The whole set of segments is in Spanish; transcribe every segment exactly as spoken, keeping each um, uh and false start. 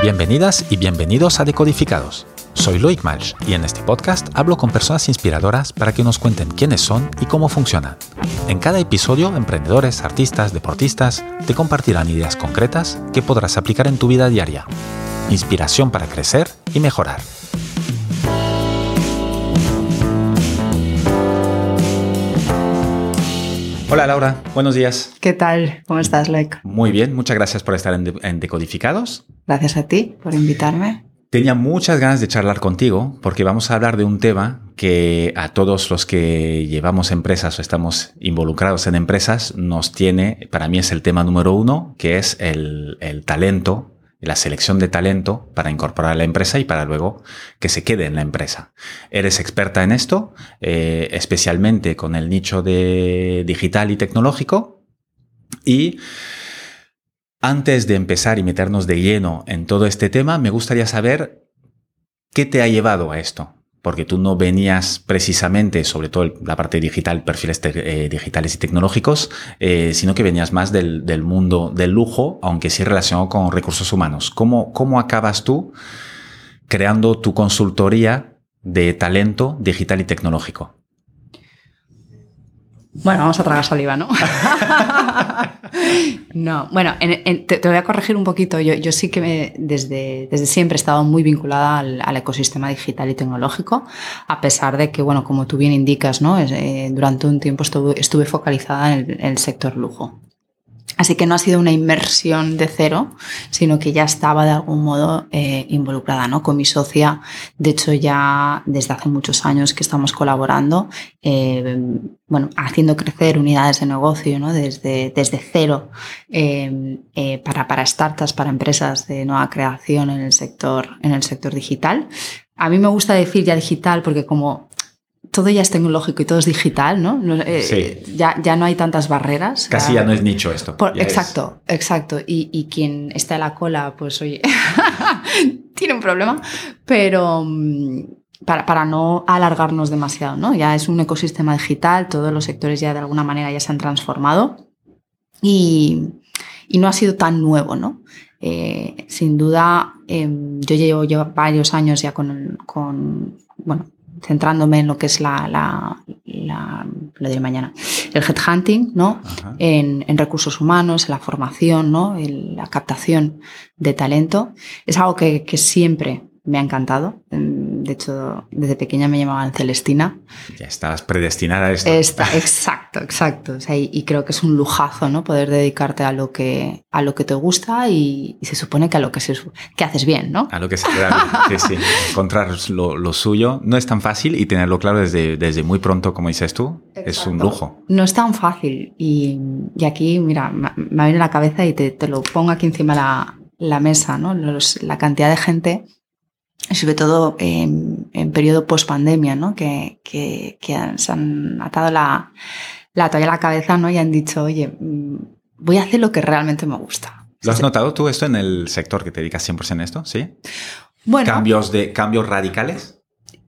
Bienvenidas y bienvenidos a Decodificados. Soy Loic Malch y en este podcast hablo con personas inspiradoras para que nos cuenten quiénes son y cómo funcionan. En cada episodio, emprendedores, artistas, deportistas te compartirán ideas concretas que podrás aplicar en tu vida diaria. Inspiración para crecer y mejorar. Hola Laura, buenos días. ¿Qué tal? ¿Cómo estás, Loic? Muy bien, muchas gracias por estar en, De- en Decodificados. Gracias a ti por invitarme. Tenía muchas ganas de charlar contigo porque vamos a hablar de un tema que a todos los que llevamos empresas o estamos involucrados en empresas nos tiene, para mí es el tema número uno, que es el, el talento, la selección de talento para incorporar a la empresa y para luego que se quede en la empresa. Eres experta en esto, eh, especialmente con el nicho de digital y tecnológico. Y antes de empezar y meternos de lleno en todo este tema, me gustaría saber qué te ha llevado a esto. Porque tú no venías precisamente, sobre todo la parte digital, perfiles te- eh, digitales y tecnológicos, eh, sino que venías más del, del mundo del lujo, aunque sí relacionado con recursos humanos. ¿Cómo, cómo acabas tú creando tu consultoría de talento digital y tecnológico? Bueno, vamos a tragar saliva, ¿no? No, bueno, en, en, te, te voy a corregir un poquito. Yo, yo sí que me, desde, desde siempre he estado muy vinculada al, al ecosistema digital y tecnológico, a pesar de que, bueno, como tú bien indicas, ¿no? Es, eh, durante un tiempo estuve, estuve focalizada en el, en el sector lujo. Así que no ha sido una inmersión de cero, sino que ya estaba de algún modo eh, involucrada, ¿no? Con mi socia. De hecho, ya desde hace muchos años que estamos colaborando, eh, bueno, haciendo crecer unidades de negocio, ¿no? Desde, desde cero eh, eh, para, para startups, para empresas de nueva creación en el sector, en el sector digital. A mí me gusta decir ya digital porque como todo ya es tecnológico y todo es digital, ¿no? no eh, Sí. ya, ya no hay tantas barreras. Casi ya no es nicho esto. Por, Ya exacto, es... exacto. Y, y quien está en la cola, pues oye, tiene un problema, pero mm, para, para no alargarnos demasiado, ¿no? Ya es un ecosistema digital, todos los sectores ya de alguna manera ya se han transformado y, y no ha sido tan nuevo, ¿no? Eh, sin duda, eh, yo llevo, llevo varios años ya con, con bueno, centrándome en lo que es la, la, la lo de mañana, el headhunting, ¿no? En, en recursos humanos, en la formación, ¿no? En la captación de talento. Es algo que, que siempre me ha encantado. De hecho, desde pequeña me llamaban Celestina. Ya estabas predestinada a esto. Está, exacto, exacto. O sea, y, y creo que es un lujazo, ¿no? Poder dedicarte a lo que, a lo que te gusta y, y se supone que a lo que, se, que haces bien, ¿no? A lo que se te da bien. Sí, sí. Encontrar lo, lo suyo no es tan fácil y tenerlo claro desde, desde muy pronto, como dices tú, exacto. Es un lujo. No es tan fácil. Y, y aquí, mira, me, me viene a la cabeza y te, te lo pongo aquí encima de la, la mesa, ¿no? Los, la cantidad de gente, sobre todo en, en periodo post-pandemia, ¿no? Que, que, que han, se han atado la, la toalla a la cabeza, ¿no? Y han dicho, oye, voy a hacer lo que realmente me gusta. ¿Lo has notado tú esto en el sector que te dedicas cien por ciento a esto? ¿Sí? Bueno. ¿Cambios, de, cambios radicales?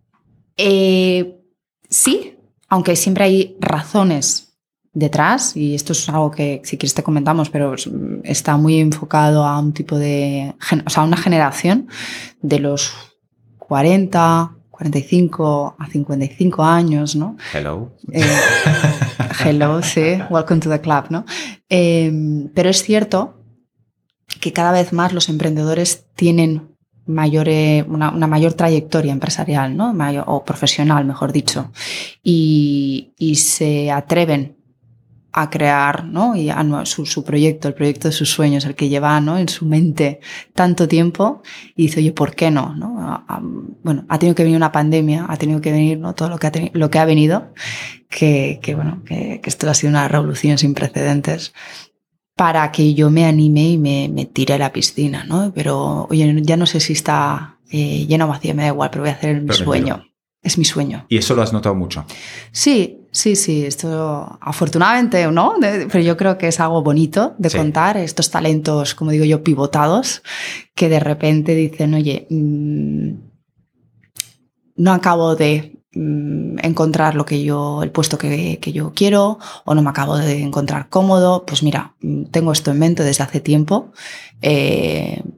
Eh, sí, aunque siempre hay razones detrás, y esto es algo que si quieres te comentamos, pero está muy enfocado a un tipo de, o sea, a una generación de los cuarenta, cuarenta y cinco a cincuenta y cinco años, ¿no? Hello. Eh, hello, sí, welcome to the club, ¿no? Eh, pero es cierto que cada vez más los emprendedores tienen mayor, eh, una, una mayor trayectoria empresarial, ¿no? Mayor, o profesional, mejor dicho, y, y se atreven a crear, ¿no? Y a su, su proyecto, el proyecto de sus sueños, el que lleva, ¿no? En su mente tanto tiempo, y dice, oye, ¿por qué no? ¿No? A, a, bueno, ha tenido que venir una pandemia, ha tenido que venir, ¿no? Todo lo que ha, teni- lo que ha venido, que, que bueno, que, que esto ha sido una revolución sin precedentes para que yo me anime y me, me tire a la piscina, ¿no? Pero, oye, ya no sé si está eh, lleno o vacío, me da igual, pero voy a hacer mi sueño. Es mi sueño. ¿Y eso lo has notado mucho? Sí, sí, sí. Esto, afortunadamente, ¿no? De, pero yo creo que es algo bonito de sí. contar. Estos talentos, como digo yo, pivotados, que de repente dicen, oye, mmm, no acabo de mmm, encontrar lo que yo, el puesto que, que yo quiero, o no me acabo de encontrar cómodo. Pues mira, tengo esto en mente desde hace tiempo. Eh,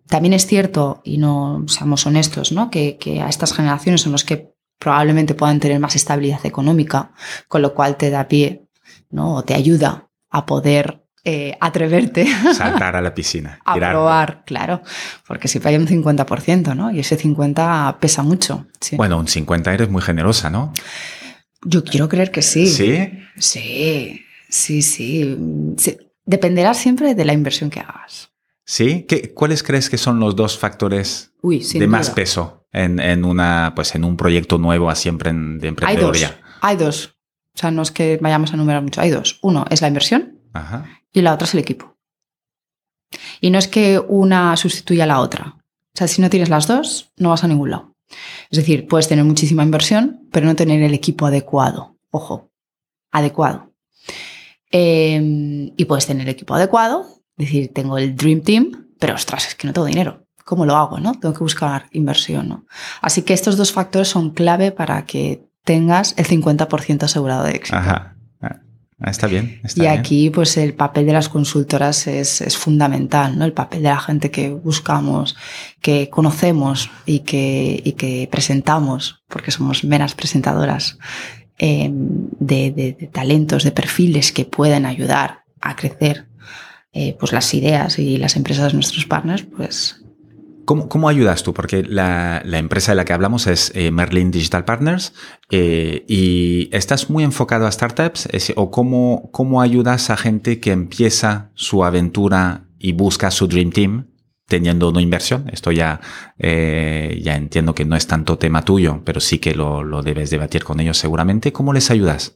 también es cierto, y no seamos honestos, ¿no? que, que a estas generaciones son los que probablemente puedan tener más estabilidad económica, con lo cual te da pie, ¿no? O te ayuda a poder eh, atreverte. Saltar a la piscina. A tirar. probar, claro. Porque si falla un cincuenta por ciento, ¿no? Y ese cincuenta por ciento pesa mucho. Sí. Bueno, un cincuenta eres muy generosa, ¿no? Yo quiero creer que sí. ¿Sí? Sí, sí, sí. sí. Dependerá siempre de la inversión que hagas. ¿Sí? ¿Qué, ¿Cuáles crees que son los dos factores Uy, de más duda. peso en, en, una, pues en un proyecto nuevo así empre- de emprendeduría? Hay dos. Hay dos. O sea, no es que vayamos a enumerar mucho. Hay dos. Uno es la inversión. Ajá. Y la otra es el equipo. Y no es que una sustituya a la otra. O sea, si no tienes las dos, no vas a ningún lado. Es decir, puedes tener muchísima inversión, pero no tener el equipo adecuado. Ojo, adecuado. Eh, y puedes tener el equipo adecuado, es decir, tengo el Dream Team, pero ostras, es que no tengo dinero. ¿Cómo lo hago, no? Tengo que buscar inversión, ¿no? Así que estos dos factores son clave para que tengas el cincuenta por ciento asegurado de éxito. Ajá. Ah, está bien. Está y bien. aquí, pues, el papel de las consultoras es, es fundamental, ¿no? El papel de la gente que buscamos, que conocemos y que, y que presentamos, porque somos meras presentadoras eh, de, de, de talentos, de perfiles que pueden ayudar a crecer eh, pues las ideas y las empresas de nuestros partners, pues... ¿Cómo, ¿Cómo ayudas tú? Porque la, la empresa de la que hablamos es eh, Merlin Digital Partners eh, y estás muy enfocado a startups es, o cómo, cómo ayudas a gente que empieza su aventura y busca su Dream Team teniendo una inversión. Esto ya, eh, ya entiendo que no es tanto tema tuyo, pero sí que lo, lo debes debatir con ellos seguramente. ¿Cómo les ayudas?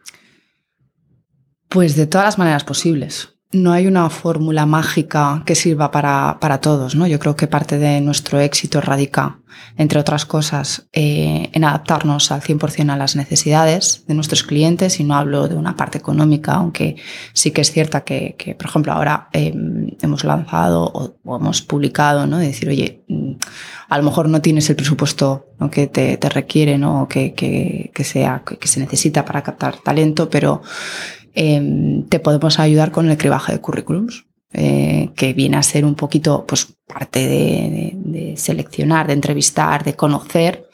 Pues de todas las maneras posibles. No hay una fórmula mágica que sirva para, para todos, ¿no? Yo creo que parte de nuestro éxito radica, entre otras cosas, eh, en adaptarnos al cien por ciento a las necesidades de nuestros clientes, y no hablo de una parte económica, aunque sí que es cierta que, que por ejemplo, ahora eh, hemos lanzado o, o hemos publicado, ¿no? De decir, oye, a lo mejor no tienes el presupuesto, ¿no? que te, te requiere, ¿no? O que, que, que, sea, que, que se necesita para captar talento, pero Eh, te podemos ayudar con el cribaje de currículums, eh, que viene a ser un poquito pues, parte de, de, de seleccionar, de entrevistar, de conocer,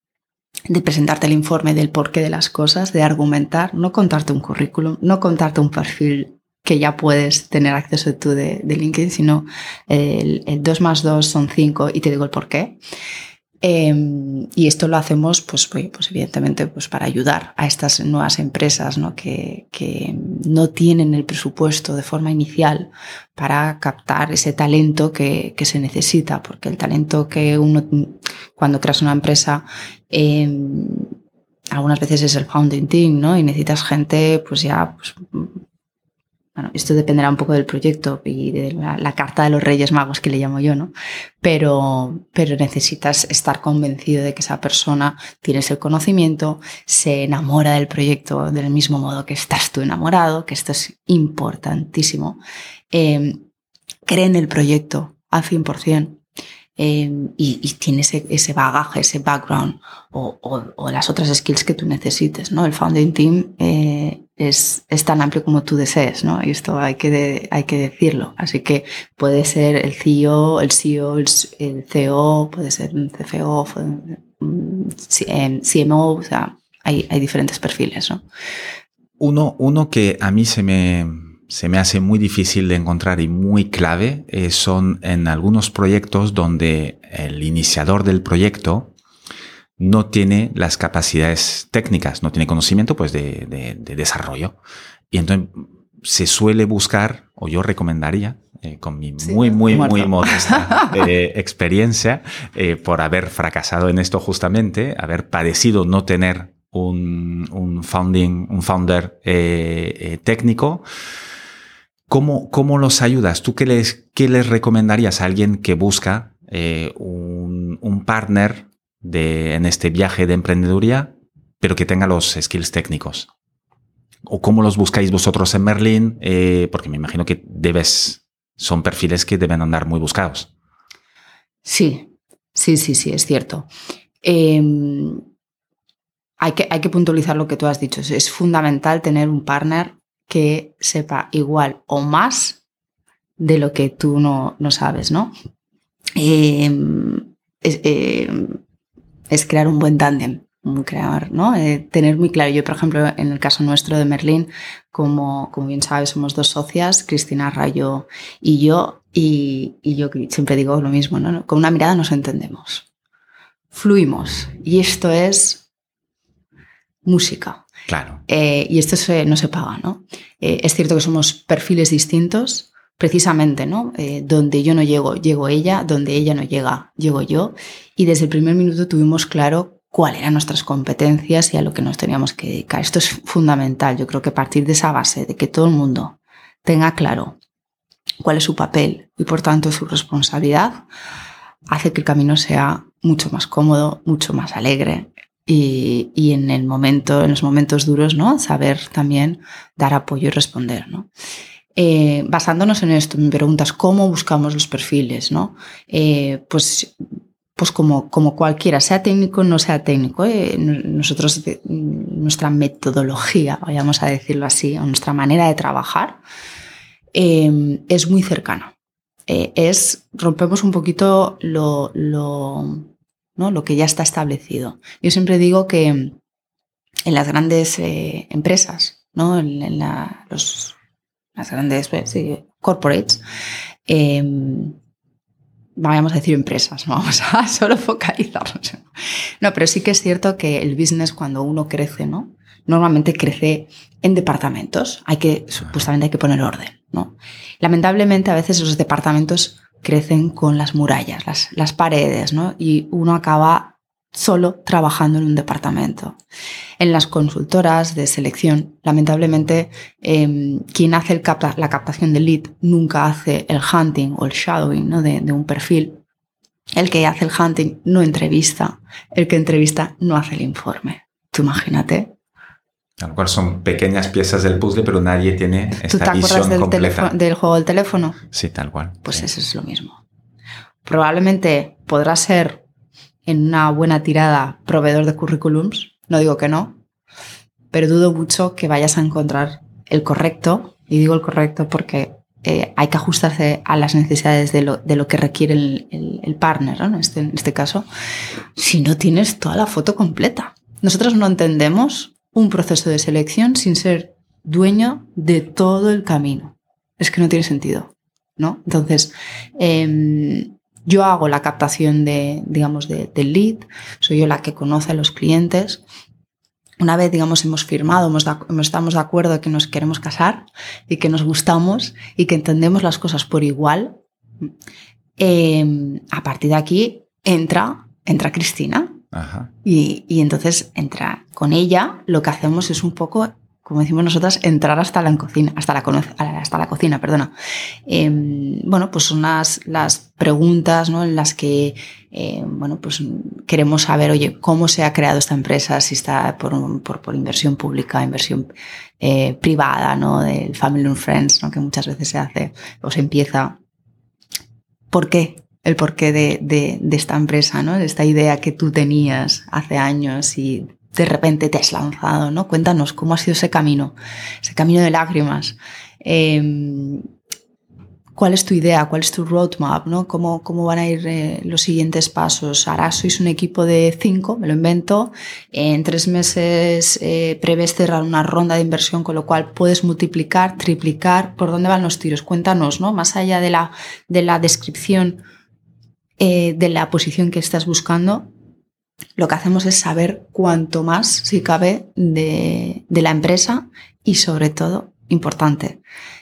de presentarte el informe del porqué de las cosas, de argumentar, no contarte un currículum, no contarte un perfil que ya puedes tener acceso tú de, de LinkedIn, sino el, el dos más dos son cinco y te digo el porqué. Eh, y esto lo hacemos, pues, pues evidentemente, pues para ayudar a estas nuevas empresas, ¿no? que, que no tienen el presupuesto de forma inicial para captar ese talento que, que se necesita, porque el talento que uno, cuando creas una empresa, eh, algunas veces es el founding team, ¿no? Y necesitas gente, pues ya, pues, bueno, esto dependerá un poco del proyecto y de la, la carta de los Reyes Magos que le llamo yo, ¿no? Pero, pero necesitas estar convencido de que esa persona tiene ese conocimiento, se enamora del proyecto del mismo modo que estás tú enamorado, que esto es importantísimo. Eh, cree en el proyecto al cien por ciento. Eh, y, y tiene ese, ese bagaje, ese background o, o, o las otras skills que tú necesites, ¿no? El founding team eh, es, es tan amplio como tú desees, ¿no? Y esto hay que, de, hay que decirlo. Así que puede ser el C E O, el C E O, el, el C E O, puede ser un C F O, un C M O, o sea, hay, hay diferentes perfiles, ¿no? Uno, uno que a mí se me... se me hace muy difícil de encontrar y muy clave eh, son en algunos proyectos donde el iniciador del proyecto no tiene las capacidades técnicas, no tiene conocimiento pues de, de, de desarrollo. Y entonces se suele buscar, o yo recomendaría, eh, con mi sí, muy, muy, muerto. muy modesta eh, experiencia, eh, por haber fracasado en esto justamente, haber padecido no tener un, un founding, un founder eh, eh, técnico. ¿Cómo, ¿Cómo los ayudas? ¿Tú qué les, qué les recomendarías a alguien que busca eh, un, un partner de, en este viaje de emprendeduría, pero que tenga los skills técnicos? ¿O cómo los buscáis vosotros en Merlin? Eh, porque me imagino que debes, son perfiles que deben andar muy buscados. Sí, sí, sí, sí, es cierto. Eh, hay que, hay que puntualizar lo que tú has dicho. Es fundamental tener un partner que sepa igual o más de lo que tú no, no sabes, ¿no? eh, es, eh, es crear un buen tándem. Crear, ¿no? Eh, tener muy claro. Yo, por ejemplo, en el caso nuestro de Merlin, como, como bien sabes, somos dos socias, Cristina Rayo y yo, y, y yo siempre digo lo mismo, ¿no? Con una mirada nos entendemos, fluimos, y esto es música. Claro. Eh, y esto se, no se paga, ¿no? Eh, es cierto que somos perfiles distintos, precisamente, ¿no? Eh, donde yo no llego, llego ella, donde ella no llega, llego yo, y desde el primer minuto tuvimos claro cuáles eran nuestras competencias y a lo que nos teníamos que dedicar. Esto es fundamental. Yo creo que partir de esa base, de que todo el mundo tenga claro cuál es su papel y por tanto su responsabilidad, hace que el camino sea mucho más cómodo, mucho más alegre y, y en el momento, en los momentos duros, ¿no? Saber también dar apoyo y responder, ¿no? Eh, basándonos en esto, me preguntas cómo buscamos los perfiles, ¿no? Eh, pues Pues como, como cualquiera, sea técnico o no sea técnico, eh, nosotros, nuestra metodología, vayamos a decirlo así, o nuestra manera de trabajar, eh, es muy cercana. Eh, es, rompemos un poquito lo, lo, ¿no? lo que ya está establecido. Yo siempre digo que en las grandes eh, empresas, ¿no? en, en la, los, las grandes pues, sí, corporates, eh, vamos a decir empresas, no vamos a solo focalizarnos. No, pero sí que es cierto que el business, cuando uno crece, ¿no? Normalmente crece en departamentos. Hay que, supuestamente hay que poner orden, ¿no? Lamentablemente a veces los departamentos crecen con las murallas, las, las paredes, ¿no? Y uno acaba solo trabajando en un departamento. En las consultoras de selección, lamentablemente, eh, quien hace el capta, la captación del lead nunca hace el hunting o el shadowing, ¿no? de, de un perfil. El que hace el hunting no entrevista, el que entrevista no hace el informe. Tú imagínate. A lo cual son pequeñas piezas del puzzle, pero nadie tiene esta ¿Tú te acuerdas del, completa. del juego del teléfono? Sí, tal cual. Pues sí. Eso es lo mismo. Probablemente podrá ser en una buena tirada proveedor de currículums, no digo que no, pero dudo mucho que vayas a encontrar el correcto, y digo el correcto porque eh, hay que ajustarse a las necesidades de lo, de lo que requiere el, el, el partner, ¿no? en, este, en este caso, si no tienes toda la foto completa. Nosotros no entendemos un proceso de selección sin ser dueño de todo el camino. Es que no tiene sentido, ¿no? Entonces, eh, yo hago la captación de, digamos, de, del lead, soy yo la que conoce a los clientes. Una vez, digamos, hemos firmado, hemos da, estamos de acuerdo de que nos queremos casar y que nos gustamos y que entendemos las cosas por igual, eh, a partir de aquí entra, entra Cristina. Ajá. Y, y entonces entra con ella, lo que hacemos es un poco, como decimos nosotras, entrar hasta la cocina, hasta la, hasta la cocina, perdona. Eh, bueno, pues son las, las preguntas, ¿no? En las que, eh, bueno, pues queremos saber, oye, cómo se ha creado esta empresa, si está por, por, por inversión pública, inversión eh, privada, ¿no? Del Family and Friends, ¿no? Que muchas veces se hace o se empieza. ¿Por qué? El porqué de, de, de esta empresa, ¿no? De esta idea que tú tenías hace años y de repente te has lanzado, ¿no? Cuéntanos cómo ha sido ese camino, ese camino de lágrimas. Eh, ¿Cuál es tu idea? ¿Cuál es tu roadmap? ¿No? ¿Cómo, cómo van a ir eh, los siguientes pasos? Ahora sois un equipo de cinco, me lo invento. En tres meses eh, prevés cerrar una ronda de inversión, con lo cual puedes multiplicar, triplicar. ¿Por dónde van los tiros? Cuéntanos, ¿no? Más allá de la, de la descripción eh, de la posición que estás buscando, lo que hacemos es saber cuánto más, si cabe, de, de la empresa y, sobre todo, importante,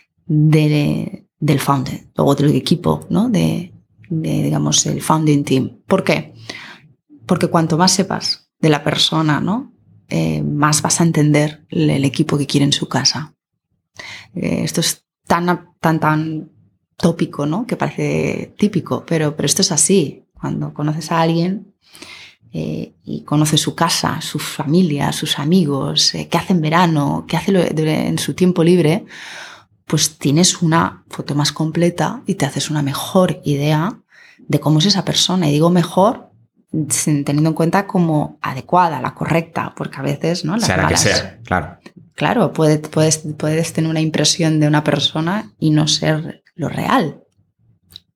de, del founder o del equipo, ¿no? de, de, digamos, el founding team. ¿Por qué? Porque cuanto más sepas de la persona, ¿no? eh, más vas a entender el, el equipo que quiere en su casa. Eh, esto es tan, tan, tan tópico, ¿no? Que parece típico, pero, pero esto es así. Cuando conoces a alguien Eh, y conoce su casa, su familia, sus amigos, eh, qué hace en verano, qué hace en su tiempo libre, pues tienes una foto más completa y te haces una mejor idea de cómo es esa persona. Y digo mejor teniendo en cuenta como adecuada, la correcta, porque a veces, ¿no? Las sea la malas, que sea, claro. Claro, puedes, puedes, puedes tener una impresión de una persona y no ser lo real.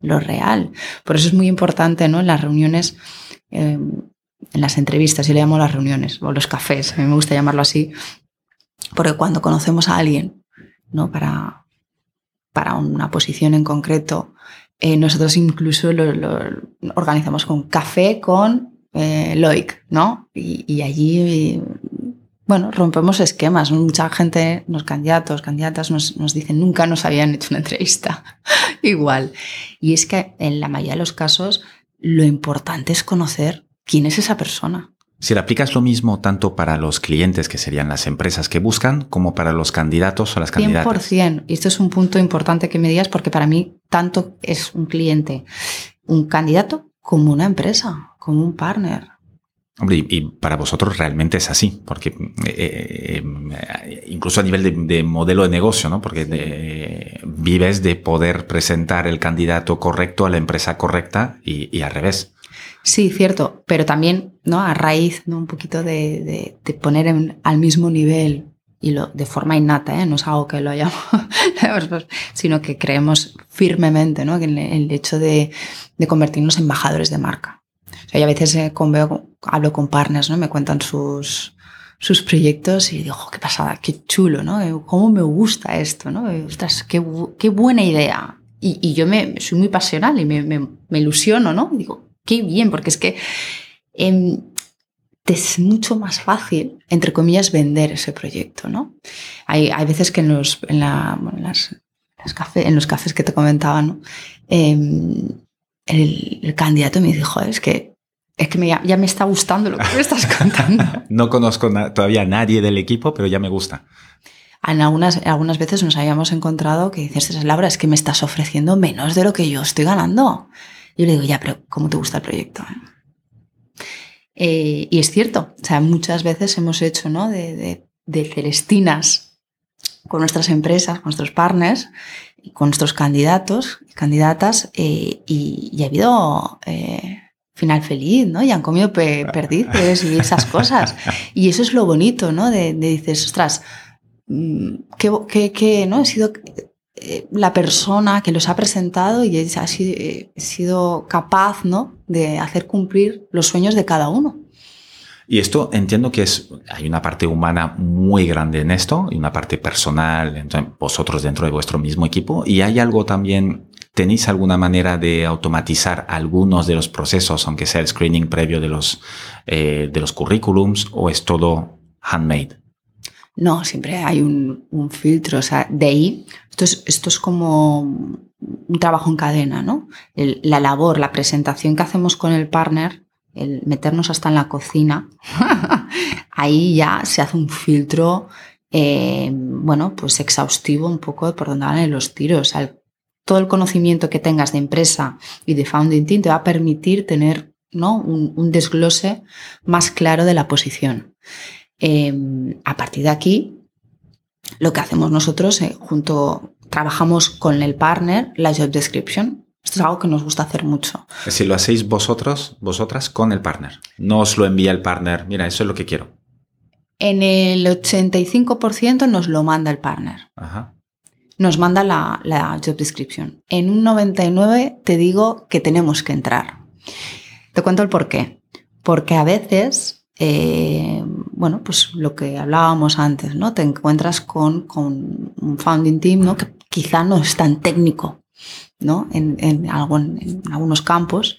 lo real. Por eso es muy importante, ¿no? En las reuniones, eh, en las entrevistas, yo le llamo las reuniones, o los cafés, a mí me gusta llamarlo así, porque cuando conocemos a alguien, ¿no? Para, para una posición en concreto, eh, nosotros incluso lo, lo organizamos con café con eh, Loic, ¿no? Y, y allí, bueno, rompemos esquemas. Mucha gente, los candidatos, candidatas nos, nos dicen nunca nos habían hecho una entrevista igual. Y es que en la mayoría de los casos lo importante es conocer quién es esa persona. Si le aplicas lo mismo tanto para los clientes, que serían las empresas que buscan, como para los candidatos o las candidatas. cien por ciento. Y esto es un punto importante que me digas, porque para mí tanto es un cliente, un candidato, como una empresa, como un partner. Hombre, y, y para vosotros realmente es así, porque eh, eh, incluso a nivel de, de modelo de negocio, ¿no? Porque de, vives de poder presentar el candidato correcto a la empresa correcta y, y al revés. Sí, cierto, pero también, ¿no? A raíz, ¿no? Un poquito de, de, de poner en, al mismo nivel y lo, de forma innata, ¿eh? No es algo que lo hayamos, sino que creemos firmemente, ¿no? Que el, el hecho de, de convertirnos en embajadores de marca. O sea, yo a veces eh, con, veo, hablo con partners, ¿no? Me cuentan sus, sus proyectos y digo, oh, qué pasada, qué chulo, ¿no? Cómo me gusta esto, ¿no? Ostras, qué, qué buena idea. Y, y yo me, soy muy pasional y me, me, me ilusiono, ¿no? Y digo, qué bien, porque es que eh, es mucho más fácil, entre comillas, vender ese proyecto, ¿no? Hay, hay veces que en los, en la, bueno, en las, las café, en los cafés que te comentaba, ¿no? Eh, el, el candidato me dice, joder, es que, es que me, ya me está gustando lo que me estás contando. No conozco na- todavía a nadie del equipo, pero ya me gusta. En algunas, algunas veces nos habíamos encontrado que dices, Laura, es que me estás ofreciendo menos de lo que yo estoy ganando. Yo le digo, ya, pero ¿cómo te gusta el proyecto? Eh, y es cierto, o sea, muchas veces hemos hecho, ¿no? de, de, de celestinas con nuestras empresas, con nuestros partners, con nuestros candidatos y candidatas, eh, y, y ha habido eh, final feliz, ¿no? Y han comido pe- perdices y esas cosas. Y eso es lo bonito, ¿no? De, de dices, ostras, ¿qué, qué, qué, ¿no? He sido la persona que los ha presentado y he sido, he sido capaz, ¿no? De hacer cumplir los sueños de cada uno. Y esto entiendo que es, hay una parte humana muy grande en esto y una parte personal, entonces, vosotros dentro de vuestro mismo equipo. Y hay algo también, ¿tenéis alguna manera de automatizar algunos de los procesos, aunque sea el screening previo de los, eh, de los currículums, o es todo handmade? No, siempre hay un, un filtro. O sea, de ahí, esto es, esto es como un trabajo en cadena, ¿no? El, la labor, la presentación que hacemos con el partner, el meternos hasta en la cocina, ahí ya se hace un filtro, eh, bueno, pues exhaustivo un poco por donde van los tiros. O sea, todo el conocimiento que tengas de empresa y de founding team te va a permitir tener, ¿no? un, un desglose más claro de la posición. Eh, a partir de aquí, lo que hacemos nosotros, eh, junto, trabajamos con el partner la job description. Esto es algo que nos gusta hacer mucho. Si lo hacéis vosotros, vosotras con el partner. No os lo envía el partner. Mira, eso es lo que quiero. En el ochenta y cinco por ciento nos lo manda el partner. Ajá. Nos manda la, la job description. En un noventa y nueve por ciento te digo que tenemos que entrar. Te cuento el por qué. Porque a veces, eh, bueno, pues lo que hablábamos antes, ¿no? Te encuentras con, con un founding team, ¿no? Que quizá no es tan técnico, ¿no? En, en, algún, en algunos campos.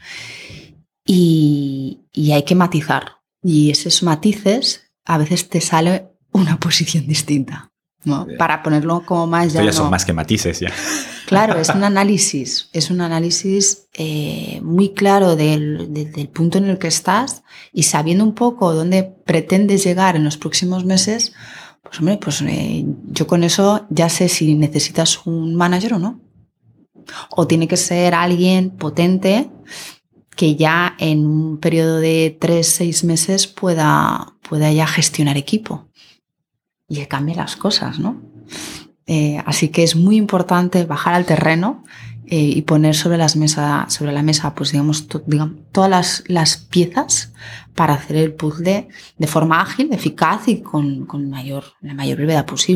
Y, y hay que matizar. Y esos matices a veces te sale una posición distinta, ¿no? Para ponerlo como más ya. Esto ya no... son más que matices ya. Claro, es un análisis, es un análisis eh, muy claro del, del, del punto en el que estás y sabiendo un poco dónde pretendes llegar en los próximos meses, pues hombre, pues eh, yo con eso ya sé si necesitas un manager o no. O tiene que ser alguien potente que ya en un periodo de tres, seis meses pueda, pueda ya gestionar equipo y que cambie las cosas, ¿no? Eh, así que es muy importante bajar al terreno eh, y poner sobre, las mesa, sobre la mesa pues, digamos, to, digamos, todas las, las piezas para hacer el puzzle de forma ágil, eficaz y con, con mayor, la mayor brevedad posible.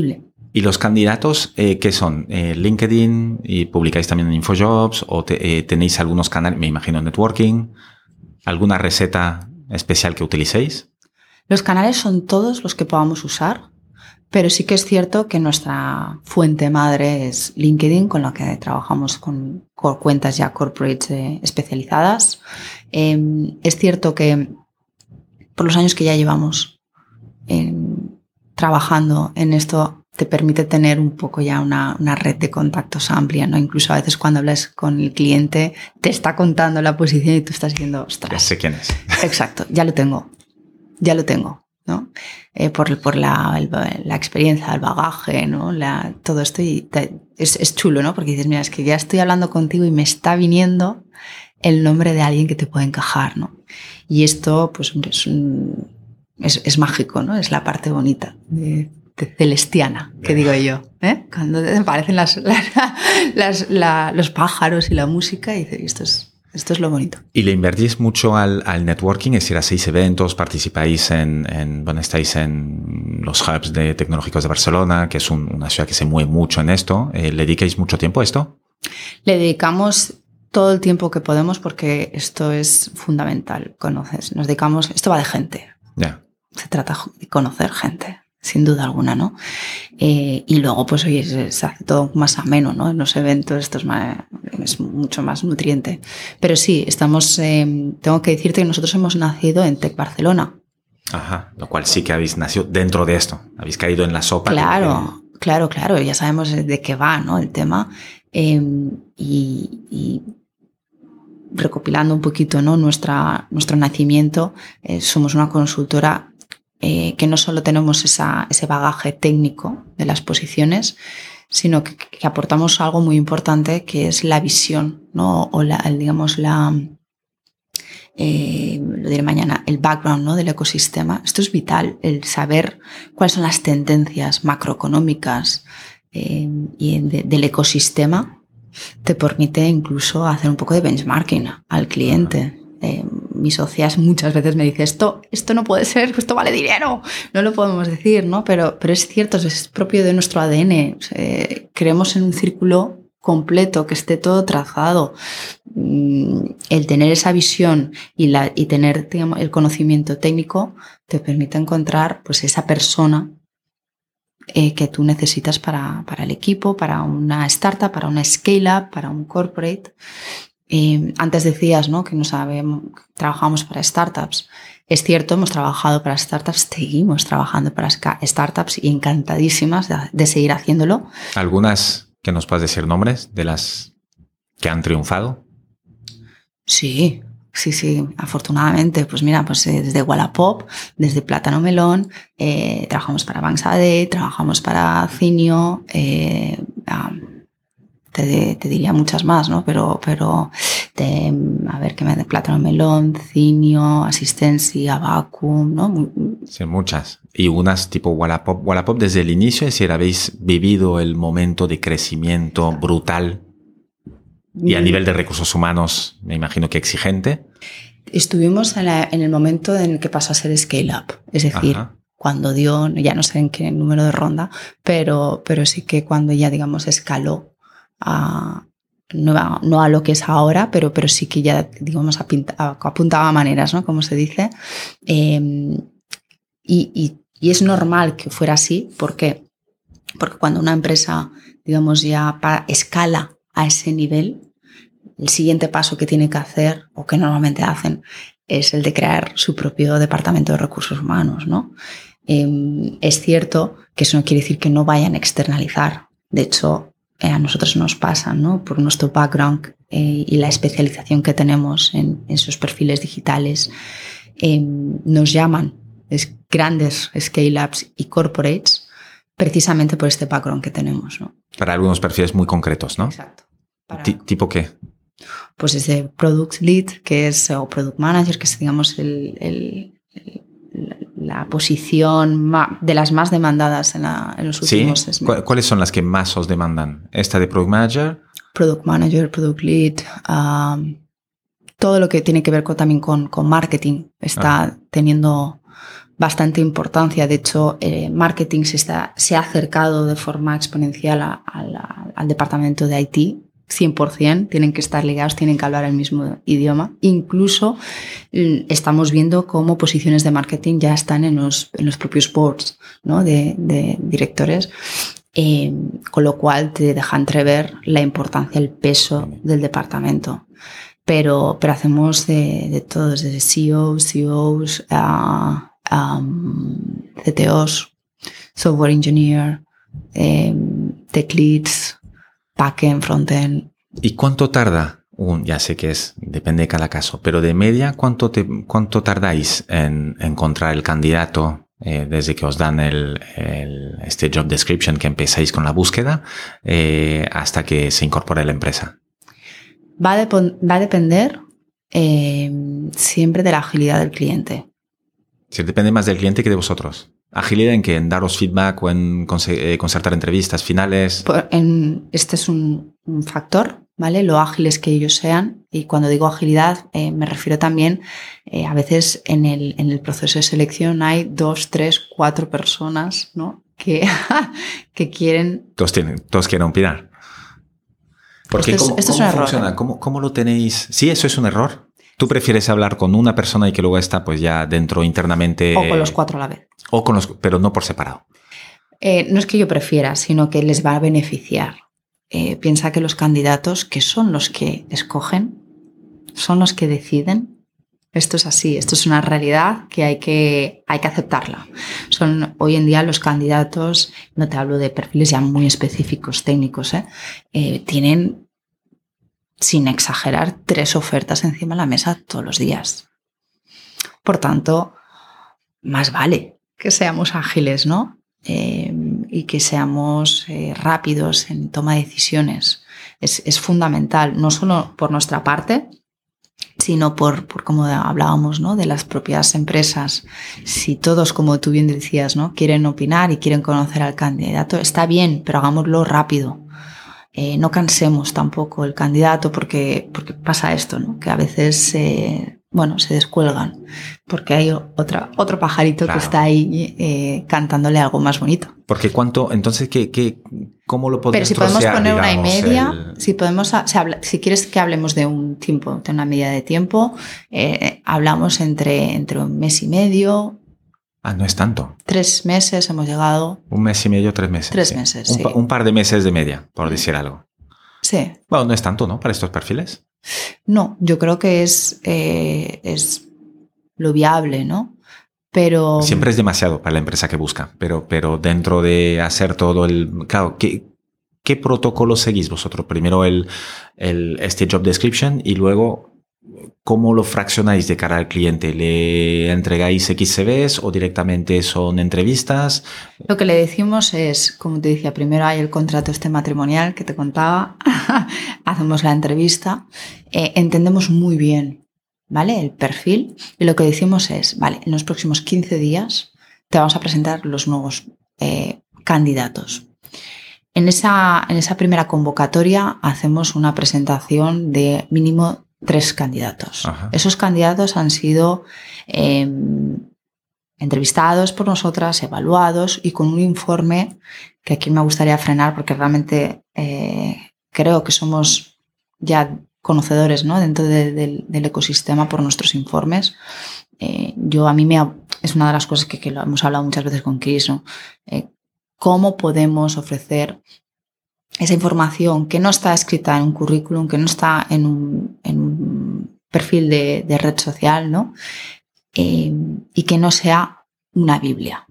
¿Y los candidatos eh, qué son? Eh, ¿LinkedIn y publicáis también en InfoJobs? ¿O te, eh, tenéis algunos canales, me imagino, networking? ¿Alguna receta especial que utilicéis? Los canales son todos los que podamos usar, pero sí que es cierto que nuestra fuente madre es LinkedIn, con la que trabajamos con, con cuentas ya corporate eh, especializadas. Eh, es cierto que por los años que ya llevamos eh, trabajando en esto, te permite tener un poco ya una, una red de contactos amplia, ¿no? Incluso a veces cuando hablas con el cliente te está contando la posición y tú estás diciendo, ostras. Ya sé quién es. Exacto, ya lo tengo, ya lo tengo, ¿no? Eh, por por la, el, la experiencia, el bagaje, ¿no? La, todo esto y te, es, es chulo, ¿no? Porque dices, mira, es que ya estoy hablando contigo y me está viniendo el nombre de alguien que te puede encajar, ¿no? Y esto, pues, es, un, es, es mágico, ¿no? Es la parte bonita de celestiana, que digo yo, ¿eh? Cuando te aparecen las, las, las, la, los pájaros y la música y dices, esto es, esto es lo bonito. ¿Y le invertís mucho al, al networking? Es decir, hacéis eventos, participáis en, en bueno, estáis en los hubs de tecnológicos de Barcelona, que es un, una ciudad que se mueve mucho en esto. Eh, ¿Le dedicáis mucho tiempo a esto? Le dedicamos todo el tiempo que podemos porque esto es fundamental. Conoces, nos dedicamos, esto va de gente. Ya. Yeah. Se trata de conocer gente. Sin duda alguna, ¿no? Eh, y luego, pues, oye, se, se hace todo más ameno, ¿no? En los eventos esto es, más, es mucho más nutriente. Pero sí, estamos, eh, tengo que decirte que nosotros hemos nacido en Tech Barcelona. Ajá, lo cual sí que habéis nacido dentro de esto. Habéis caído en la sopa. Claro, que... claro, claro. Ya sabemos de qué va, ¿no? El tema. Eh, y, y recopilando un poquito, ¿no? Nuestra, nuestro nacimiento, eh, somos una consultora Eh, que no solo tenemos esa, ese bagaje técnico de las posiciones, sino que, que aportamos algo muy importante que es la visión, ¿no? O la, digamos, la, eh, lo diré mañana, el background, ¿no? Del ecosistema. Esto es vital, el saber cuáles son las tendencias macroeconómicas eh, y de, del ecosistema te permite incluso hacer un poco de benchmarking al cliente. Eh, mi socia muchas veces me dice esto, esto no puede ser, esto vale dinero, no lo podemos decir, ¿no? Pero, pero es cierto, es propio de nuestro A D N. Eh, creemos en un círculo completo, que esté todo trazado. El tener esa visión y, la, y tener, digamos, el conocimiento técnico te permite encontrar, pues, esa persona eh, que tú necesitas para, para el equipo, para una startup, para una scale-up, para un corporate. Eh, antes decías, ¿no? Que no sabemos, trabajamos para startups. Es cierto, hemos trabajado para startups, seguimos trabajando para startups y encantadísimas de, de seguir haciéndolo. ¿Algunas que nos puedas decir nombres de las que han triunfado? Sí, sí, sí, afortunadamente. Pues mira, pues eh, desde Wallapop, desde Plátano Melón, eh, trabajamos para Banks A D, trabajamos para Cinio, eh, um, Te, te diría muchas más, ¿no? Pero, pero te, a ver, ¿qué me de Plátano Melón, Cinio, Asistencia, Vacuum, ¿no? Sí, muchas. Y unas tipo Wallapop. Wallapop desde el inicio, es decir, habéis vivido el momento de crecimiento brutal y a nivel de recursos humanos, me imagino que exigente. Estuvimos en, la, en el momento en el que pasó a ser Scale Up, es decir, ajá, cuando dio, ya no sé en qué número de ronda, pero, pero sí que cuando ya, digamos, escaló a, no, a, no a lo que es ahora, pero, pero sí que ya, digamos, apinta, apuntaba maneras, ¿no? Como se dice. Eh, y, y, y es normal que fuera así. ¿Por qué? Porque cuando una empresa, digamos, ya para, escala a ese nivel, el siguiente paso que tiene que hacer, o que normalmente hacen, es el de crear su propio departamento de recursos humanos, ¿no? Eh, es cierto que eso no quiere decir que no vayan a externalizar. De hecho, a nosotros nos pasa, ¿no? Por nuestro background eh, y la especialización que tenemos en, en sus perfiles digitales, eh, nos llaman es, grandes scale-ups y corporates precisamente por este background que tenemos, ¿no? Para algunos perfiles muy concretos, ¿no? Exacto. Para, ¿Tipo qué? Pues ese Product Lead, que es, o Product Manager, que es, digamos, el, el, el la posición de las más demandadas en, la, en los últimos ¿Sí? meses. ¿Cuáles son las que más os demandan? ¿Esta de Product Manager? Product Manager, Product Lead, um, todo lo que tiene que ver con, también con, con marketing está ah. teniendo bastante importancia. De hecho, eh, marketing se, está, se ha acercado de forma exponencial a, a la, al departamento de I T. cien por ciento, tienen que estar ligados, tienen que hablar el mismo idioma. Incluso eh, estamos viendo cómo posiciones de marketing ya están en los, en los propios boards, ¿no? de, de directores, eh, con lo cual te deja entrever la importancia, el peso del departamento. Pero, pero hacemos de, de todo, desde C E Os, C E Os, uh, um, C T Os, Software Engineer, eh, Tech Leads, backend, frontend. ¿Y cuánto tarda? Un, ya sé que es, depende de cada caso, pero de media, ¿cuánto, te, cuánto tardáis en encontrar el candidato eh, desde que os dan el, el, este job description, que empezáis con la búsqueda, eh, hasta que se incorpora a la empresa? Va a, dep- va a depender eh, siempre de la agilidad del cliente. Sí, depende más del cliente que de vosotros. ¿Agilidad en qué? ¿En daros feedback o en conce- eh, concertar entrevistas finales? Por, en, este es un, un factor, ¿vale? Lo ágiles que ellos sean. Y cuando digo agilidad, eh, me refiero también, eh, a veces en el, en el proceso de selección hay dos, tres, cuatro personas, ¿no? que, que quieren... Todos, tienen, todos quieren opinar. Porque esto es, ¿cómo, esto es cómo un funciona? error. ¿eh? ¿Cómo, ¿Cómo lo tenéis? Sí, eso es un error. ¿Tú prefieres hablar con una persona y que luego está pues ya dentro internamente? O con los cuatro a la vez. O con los, pero no por separado. Eh, no es que yo prefiera, sino que les va a beneficiar. Eh, piensa que los candidatos, que son los que escogen, son los que deciden. Esto es así, esto es una realidad que hay que, hay que aceptarla. Son hoy en día los candidatos, no te hablo de perfiles ya muy específicos, técnicos, ¿eh? Eh, tienen, sin exagerar, tres ofertas encima de la mesa todos los días. Por tanto, más vale que seamos ágiles, ¿no? Eh, y que seamos eh, rápidos en toma de decisiones. Es, es fundamental, no solo por nuestra parte, sino por, por como hablábamos, ¿no? De las propias empresas. Si todos, como tú bien decías, ¿no? quieren opinar y quieren conocer al candidato, está bien, pero hagámoslo rápido. Eh, no cansemos tampoco el candidato porque, porque pasa esto, ¿no? que a veces eh, bueno, se descuelgan porque hay otra, otro pajarito claro. que está ahí eh, cantándole algo más bonito. Porque cuánto, entonces, ¿qué, qué, ¿cómo lo podemos Pero si podemos trocear, poner digamos, una y media, el... si, podemos, si, habla, si quieres que hablemos de un tiempo, de una medida de tiempo, eh, hablamos entre, entre un mes y medio. Ah, no es tanto. Tres meses hemos llegado. Un mes y medio, tres meses. Tres sí. meses, un, sí. pa- un par de meses de media, por decir algo. Sí. Bueno, no es tanto, ¿no? Para estos perfiles. No, yo creo que es, eh, es lo viable, ¿no? Pero... Siempre es demasiado para la empresa que busca, pero, pero dentro de hacer todo el... Claro, ¿qué, qué protocolo seguís vosotros? Primero el, el, este job description y luego... ¿Cómo lo fraccionáis de cara al cliente? ¿Le entregáis X C Vs o directamente son entrevistas? Lo que le decimos es, como te decía, primero hay el contrato este matrimonial que te contaba, hacemos la entrevista, eh, entendemos muy bien, ¿vale? El perfil y lo que decimos es, vale, en los próximos quince días te vamos a presentar los nuevos eh, candidatos. En esa, en esa primera convocatoria hacemos una presentación de mínimo tres candidatos. Ajá. Esos candidatos han sido eh, entrevistados por nosotras, evaluados y con un informe que aquí me gustaría frenar porque realmente eh, creo que somos ya conocedores, ¿no? dentro de, de, del ecosistema por nuestros informes. Eh, yo a mí me ha, es una de las cosas que, que lo hemos hablado muchas veces con Chris, ¿no? Eh, ¿Cómo podemos ofrecer esa información que no está escrita en un currículum, que no está en un, en un perfil de, de red social, ¿no? Eh, y que no sea una Biblia?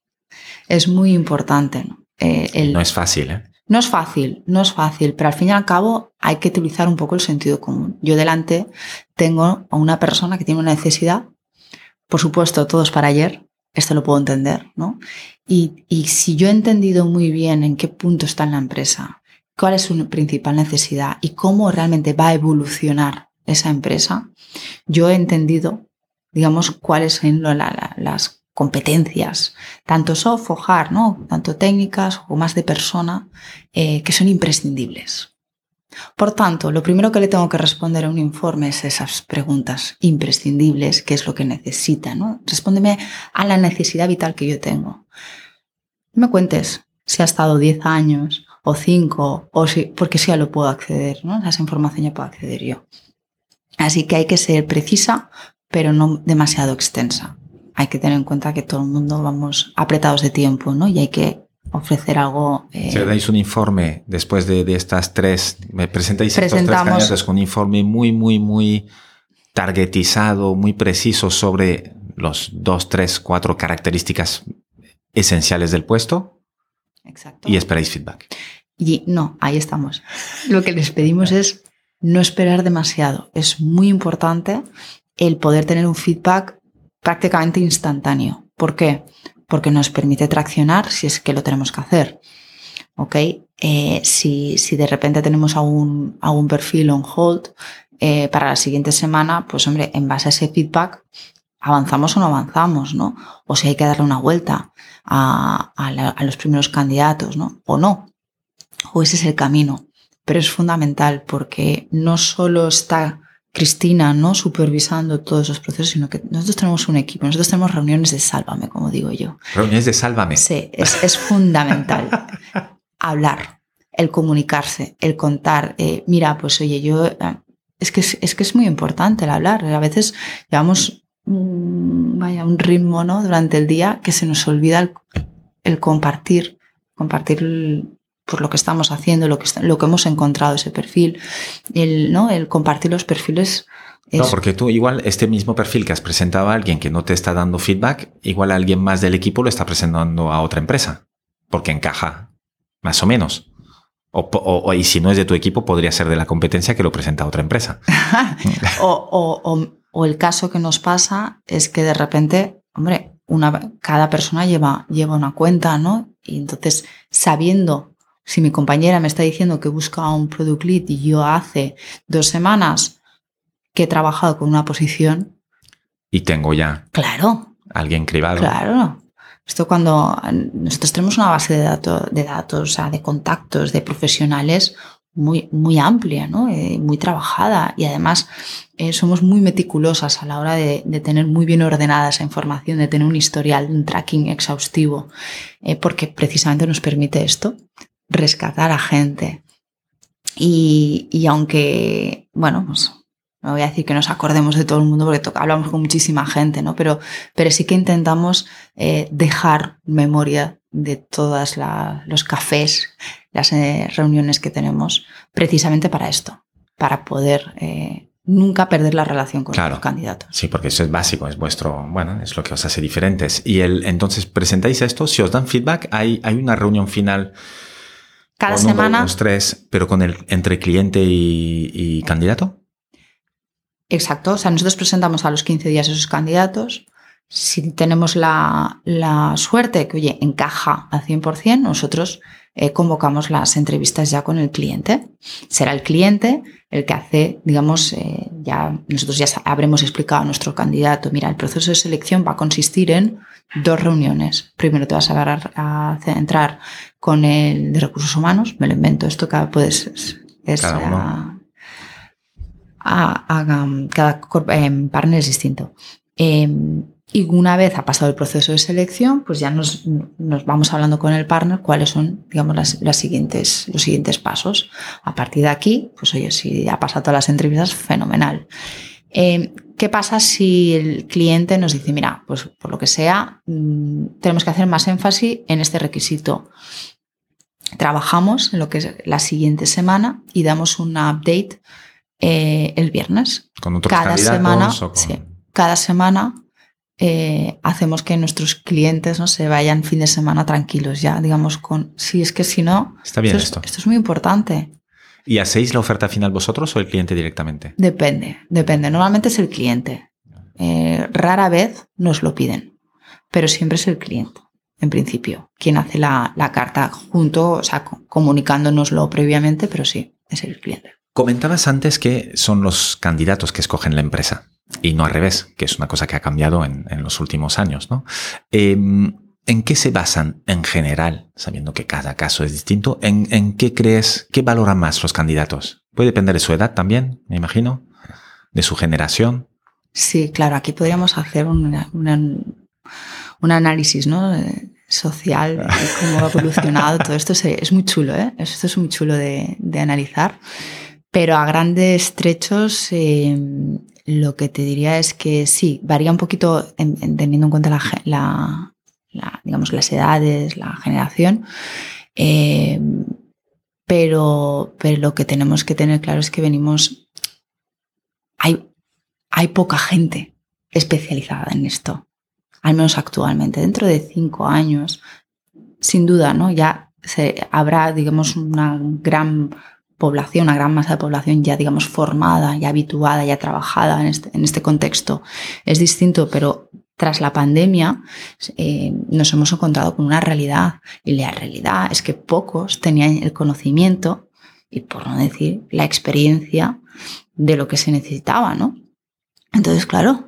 Es muy importante, ¿no? Eh, el, no es fácil, ¿eh? No es fácil, no es fácil, pero al fin y al cabo hay que utilizar un poco el sentido común. Yo delante tengo a una persona que tiene una necesidad, por supuesto, todo es para ayer, esto lo puedo entender, ¿no? Y, y si yo he entendido muy bien en qué punto está en la empresa, cuál es su principal necesidad y cómo realmente va a evolucionar esa empresa, yo he entendido, digamos, cuáles son la, la, las competencias, tanto soft o hard, ¿no? Tanto técnicas o más de persona, eh, que son imprescindibles. Por Por tanto, lo primero que le tengo que responder a un informe es esas preguntas imprescindibles, qué es lo que necesita, ¿no? Respóndeme a la necesidad vital que yo tengo. No me cuentes si ha estado diez años o cinco, o si, porque sí ya lo puedo acceder, ¿no? A esa información ya puedo acceder yo. Así que hay que ser precisa, pero no demasiado extensa. Hay que tener en cuenta que todo el mundo vamos apretados de tiempo, ¿no? Y hay que ofrecer algo... Eh... Si dais un informe después de, de estas tres... Me presentáis estos tres candidatos con un informe muy, muy, muy targetizado, muy preciso sobre los dos, tres, cuatro características esenciales del puesto. Exacto. Y esperáis feedback. Y no, ahí estamos. Lo que les pedimos es no esperar demasiado. Es muy importante el poder tener un feedback prácticamente instantáneo. ¿Por qué? Porque nos permite traccionar si es que lo tenemos que hacer. ¿Ok? Eh, si, si de repente tenemos algún, algún perfil on hold eh, para la siguiente semana, pues hombre, en base a ese feedback, ¿avanzamos o no avanzamos? ¿No? O si hay que darle una vuelta a, a, la, a los primeros candidatos, ¿no? O no. O ese es el camino. Pero es fundamental porque no solo está Cristina, ¿no?, supervisando todos esos procesos, sino que nosotros tenemos un equipo, nosotros tenemos reuniones de sálvame, como digo yo. Reuniones de sálvame. Sí, es, es fundamental. Hablar, el comunicarse, el contar. Eh, mira, pues oye, yo... Eh, es, que es, es que es muy importante el hablar. A veces llevamos mmm, vaya, un ritmo, ¿no?, durante el día que se nos olvida el, el compartir, compartir el, por lo que estamos haciendo, lo que, lo que hemos encontrado, ese perfil, el, ¿no? el compartir los perfiles. Es... No, porque tú igual este mismo perfil que has presentado a alguien que no te está dando feedback, igual a alguien más del equipo lo está presentando a otra empresa, porque encaja más o menos. O, o, o y si no es de tu equipo, podría ser de la competencia que lo presenta a otra empresa. o, o, o, o el caso que nos pasa es que de repente, hombre, una, cada persona lleva, lleva una cuenta, ¿no? Y entonces, sabiendo... Si mi compañera me está diciendo que busca un product lead y yo hace dos semanas que he trabajado con una posición... Y tengo ya... Claro. Alguien cribado. Claro. Esto cuando... Nosotros tenemos una base de datos, de, datos, o sea, de contactos, de profesionales muy, muy amplia, ¿no? Eh, muy trabajada. Y además eh, somos muy meticulosas a la hora de, de tener muy bien ordenada esa información, de tener un historial, un tracking exhaustivo, eh, porque precisamente nos permite esto, rescatar a gente. Y, y aunque, bueno, pues no voy a decir que nos acordemos de todo el mundo porque toca, hablamos con muchísima gente, ¿no? Pero, pero sí que intentamos eh, dejar memoria de todos los cafés, las eh, reuniones que tenemos, precisamente para esto, para poder eh, nunca perder la relación con claro, los candidatos. Sí, porque eso es básico, es vuestro, bueno, es lo que os hace diferentes. Y el, entonces presentáis esto, si os dan feedback, hay, hay una reunión final. Cada o semana. Los tres, pero con el entre cliente y, y candidato. Exacto. O sea, nosotros presentamos a los quince días esos candidatos. Si tenemos la, la suerte que, oye, encaja al cien por ciento, nosotros eh, convocamos las entrevistas ya con el cliente. Será el cliente el que hace, digamos, eh, ya nosotros ya habremos explicado a nuestro candidato, mira, el proceso de selección va a consistir en dos reuniones. Primero te vas a, a, a centrar con el de recursos humanos, me lo invento, esto cada, puedes, es, cada uno. A, a, a, cada eh, partner es distinto. Eh, y una vez ha pasado el proceso de selección, pues ya nos, nos vamos hablando con el partner cuáles son, digamos, las, las siguientes, los siguientes pasos. A partir de aquí, pues oye, si ha pasado todas las entrevistas, fenomenal. Eh, ¿Qué pasa si el cliente nos dice, mira, pues por lo que sea, mmm, tenemos que hacer más énfasis en este requisito? Trabajamos en lo que es la siguiente semana y damos una update eh, el viernes. ¿Con otros cada candidatos? Semana, O con... sí, cada semana eh, hacemos que nuestros clientes no se vayan fin de semana tranquilos ya, digamos, con... Si es que si no... Está bien esto. esto. Es, esto es muy importante. ¿Y hacéis la oferta final vosotros o el cliente directamente? Depende, depende. Normalmente es el cliente. Eh, rara vez nos lo piden, pero siempre es el cliente, en principio, quien hace la, la carta junto, o sea, comunicándonoslo previamente, pero sí, es el cliente. Comentabas antes que son los candidatos que escogen la empresa y no al revés, que es una cosa que ha cambiado en, en los últimos años, ¿no? Eh, ¿En qué se basan en general, sabiendo que cada caso es distinto? ¿En, en qué crees, qué valoran más los candidatos? Puede depender de su edad también, me imagino, de su generación. Sí, claro, aquí podríamos hacer una, una, un análisis, ¿no? social de cómo ha evolucionado todo esto. Es muy chulo, ¿eh? Esto es muy chulo de, de analizar. Pero a grandes trechos, eh, lo que te diría es que sí, varía un poquito en, en, teniendo en cuenta la, la, la, digamos, las edades, la generación. Eh, pero, pero lo que tenemos que tener claro es que venimos... Hay, hay poca gente especializada en esto, al menos actualmente. Dentro de cinco años, sin duda, ¿no? Ya se, habrá, digamos, una gran población, una gran masa de población ya, digamos, formada, ya habituada, ya trabajada en este, en este contexto. Es distinto, pero tras la pandemia eh, nos hemos encontrado con una realidad, y la realidad es que pocos tenían el conocimiento y, por no decir, la experiencia de lo que se necesitaba, ¿no? Entonces, claro,